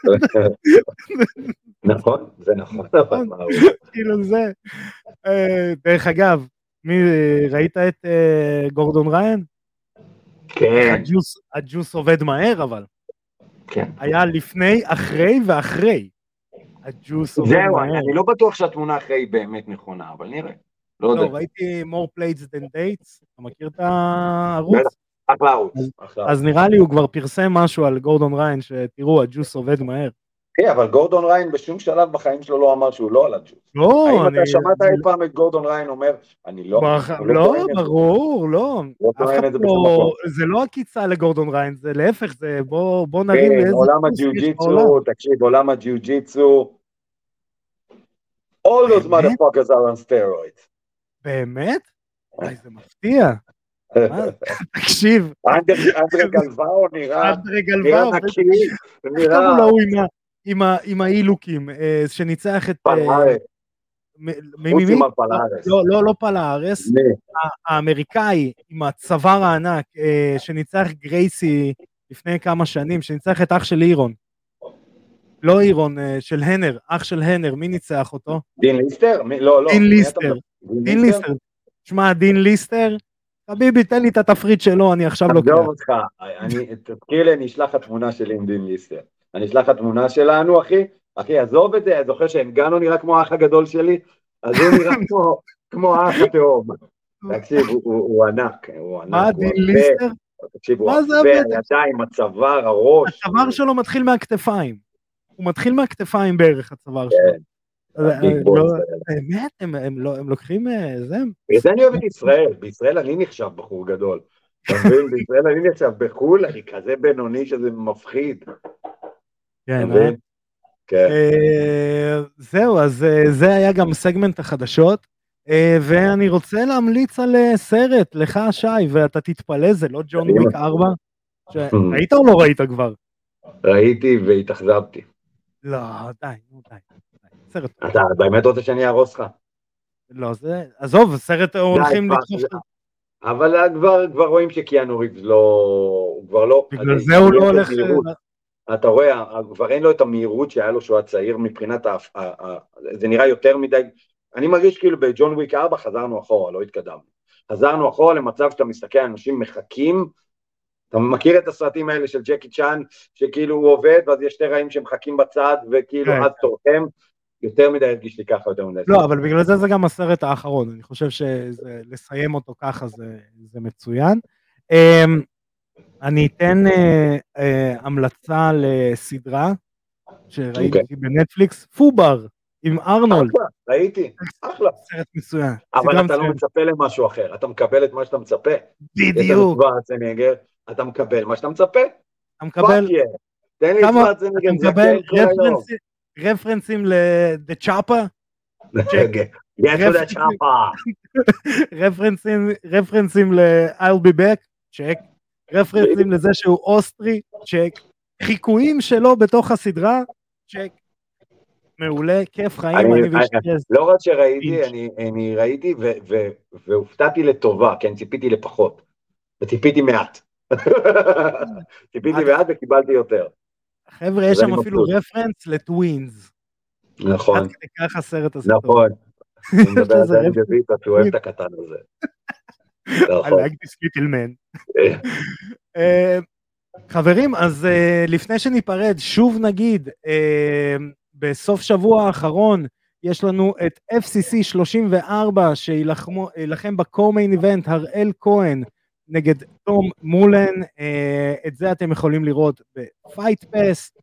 נכון, זה נכון. כאילו זה. דרך אגב, ראית את גורדון ריין? כן. הג'וס עובד מהר, אבל. כן. היה לפני, אחרי ואחרי. זהו, אני לא בטוח שהתמונה אחרי באמת נכונה, אבל נראה. לא, ראיתי more plates than dates, אתה מכיר את הערוץ? אחלה ערוץ. אז נראה לי הוא כבר פרסם משהו על גורדון ריין, שתראו, הג'וס עובד מהר. כן, אבל גורדון ריין בשום שלב בחיים שלו לא אמר שהוא לא על הג'וס. לא, האם אתה שמעת אי פעם את גורדון ריין אומר, אני לא... לא, ברור, לא. זה לא הקיצה לגורדון ריין, זה להפך, זה בוא נרים לאיזה... עולם הג'יוג'יצו, תקשיב, עולם הג'יוג'יצו, all those motherfuckers are on steroids. באמת? זה מפתיע. תקשיב. אנדרי גלוואו נראה נקי, נראה... עם האילוקים, שניצח את... פלארס. לא פלארס, האמריקאי עם הצוואר הענק, שניצח גרייסי לפני כמה שנים, שניצח את אח של אירון. לא אירון, של הנר, אח של הנר, מי ניצח אותו? דין ליסטר? לא. דין ליסטר. שמע, דין ליסטר, חביבי, תן לי את התפריט שלו, אני עכשיו לוקח. תחזור אותך, תזכיר לי, אני אשלח התמונה שלי עם דין ליסטר. אני אשלח התמונה שלנו, אחי, עזוב את זה, אני זוכר שהנגנו נראה כמו האח הגדול שלי, אז הוא נראה כמו האח התאום. תקשיב, הוא ענק, מה, דין ליסטר? תקשיב, הוא עפה, הידיים, הצוואר, הראש. הצוואר שלו מתחיל מהכתפיים. הוא מתחיל מהכתפיים בערך, הצוואר שלו. באמת, הם לוקחים זה? בגלל אני אוהב את ישראל, בישראל אני נחשב בחור גדול, אתה מבין? בישראל אני נחשב בחול, אני כזה בינוני שזה מפחיד. כן, זהו, אז זה היה גם סגמנט החדשות, ואני רוצה להמליץ על סרט, לך שי, ואתה תתפלא, זה לא ג'ון וויק 4? ראית או לא ראית כבר? ראיתי והתאכזבתי. לא, די. סרט. אתה באמת רוצה שאני ארוס לך? לא, זה... עזוב, סרט הולכים לדחוף... אבל כבר רואים שקיאנו ריבס לא... הוא כבר לא... בגלל זה הוא לא הולך... אתה רואה, כבר אין לו את המהירות שהיה לו שהוא הצעיר מבחינת... זה נראה יותר מדי... אני מרגיש כאילו בג'ון וויק 4 חזרנו אחורה, לא התקדמנו. חזרנו אחורה למצב שאתה מסתכל, אנשים מחכים, אתה מכיר את הסרטים האלה של ג'קי צ'אן, שכאילו הוא עובד, ואז יש שתי רעים שמחכים בצד, וכאילו אז תורתם, יותר מדי הרגיש לי ככה, יותר מדי. לא, אבל בגלל זה גם הסרט האחרון, אני חושב שלסיים אותו ככה זה מצוין. אני אתן המלצה לסדרה, שראיתי בנטפליקס, פובר, עם ארנולד. אחלה, ראיתי, אחלה. סרט מצוין. אבל אתה לא מצפה למשהו אחר, אתה מקבל את מה שאתה מצפה. בדיוק. יש לנו שוורצנגר, אתה מקבל מה שאתה מצפה. אתה מקבל... תן לי שוורצנגר, אתה מקבל רפרנסים ל-The Chopper? Get to the chopper. רפרנסים ל-I'll be back? צ'ק. רפרנסים לזה שהוא אוסטרי? צ'ק. חיקויים שלו בתוך הסדרה? צ'ק. מעולה, כיף חיים. לא רק שראיתי, אני ראיתי והופתעתי לטובה, כי אני ציפיתי לפחות. וציפיתי מעט. ציפיתי מעט וקיבלתי יותר. חבר'ה, יש שם אפילו רפרנס לטווינס. נכון. עד כדי כך הסרט הזה. נכון. אני מדבר על דני דויטה, שהוא אוהב את הקטן הזה. I like this little man. חברים, אז לפני שניפרד, שוב נגיד, בסוף שבוע האחרון, יש לנו את FCC 34, שילחם בקו-מיין איבנט, הראל כהן, נגד תום מולן, את זה אתם יכולים לראות בפייט פס,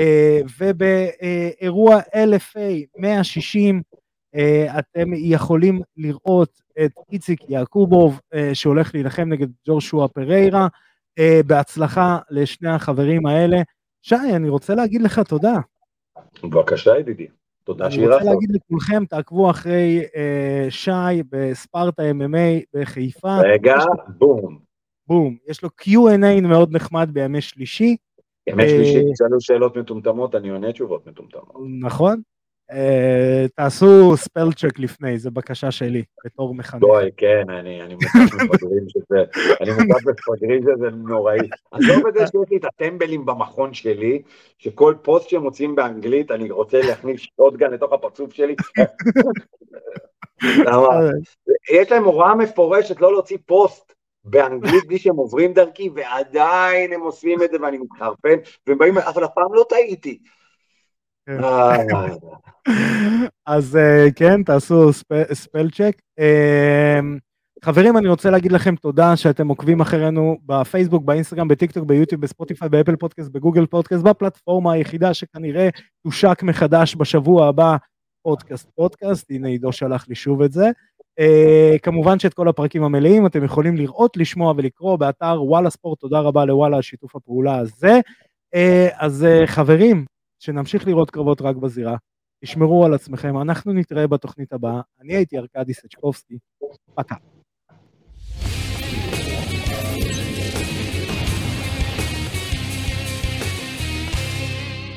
ובאירוע LFA 160, אתם יכולים לראות את איציק יעקובוב, שהולך להילחם נגד ג'ושוע פריירה, בהצלחה לשני החברים האלה. שי, אני רוצה להגיד לך תודה. בבקשה ידידי, תודה שירחת. אני רוצה להגיד לכולכם, תעקבו אחרי שי בספרטה MMA בחיפה. רגע, בום. בום, יש לו Q&A מאוד נחמד בימי שלישי. ימי שלישי, תשאלו שאלות מטומטמות, אני עונה תשובות מטומטמות. נכון. תעשו ספל צ'ק לפני, זה בקשה שלי, בתור מחנך. בואי, כן, אני מוכף מפגרים שזה נוראי. עזוב את זה שיש לי את הטמבלים במכון שלי, שכל פוסט שמוצאים באנגלית, אני רוצה להכניס שוטגן לתוך הפרצוף שלי. יש להם הוראה מפורשת לא להוציא פוסט באנגלית בלי שהם עוברים דרכי, ועדיין הם עושים את זה ואני מתחרפן, והם באים, אבל הפעם לא טעיתי. אז כן, תעשו ספל צ'ק. חברים, אני רוצה להגיד לכם תודה שאתם עוקבים אחרינו בפייסבוק, באינסטגרם, בטיקטוק, ביוטיוב, בספוטיפיי, באפל פודקאסט, בגוגל פודקאסט, בפלטפורמה היחידה שכנראה תושק מחדש בשבוע הבא, פודקאסט, הנה עידו שלח לי שוב את זה. כמובן שאת כל הפרקים המלאים אתם יכולים לראות, לשמוע ולקרוא באתר וואלה ספורט. תודה רבה לוואלה על שיתוף הפעולה הזה. אז חברים, שנמשיך לראות קרבות רק בזירה, תשמרו על עצמכם, אנחנו נתראה בתוכנית הבאה, אני הייתי ארקדי סצ'קובסקי, פקה.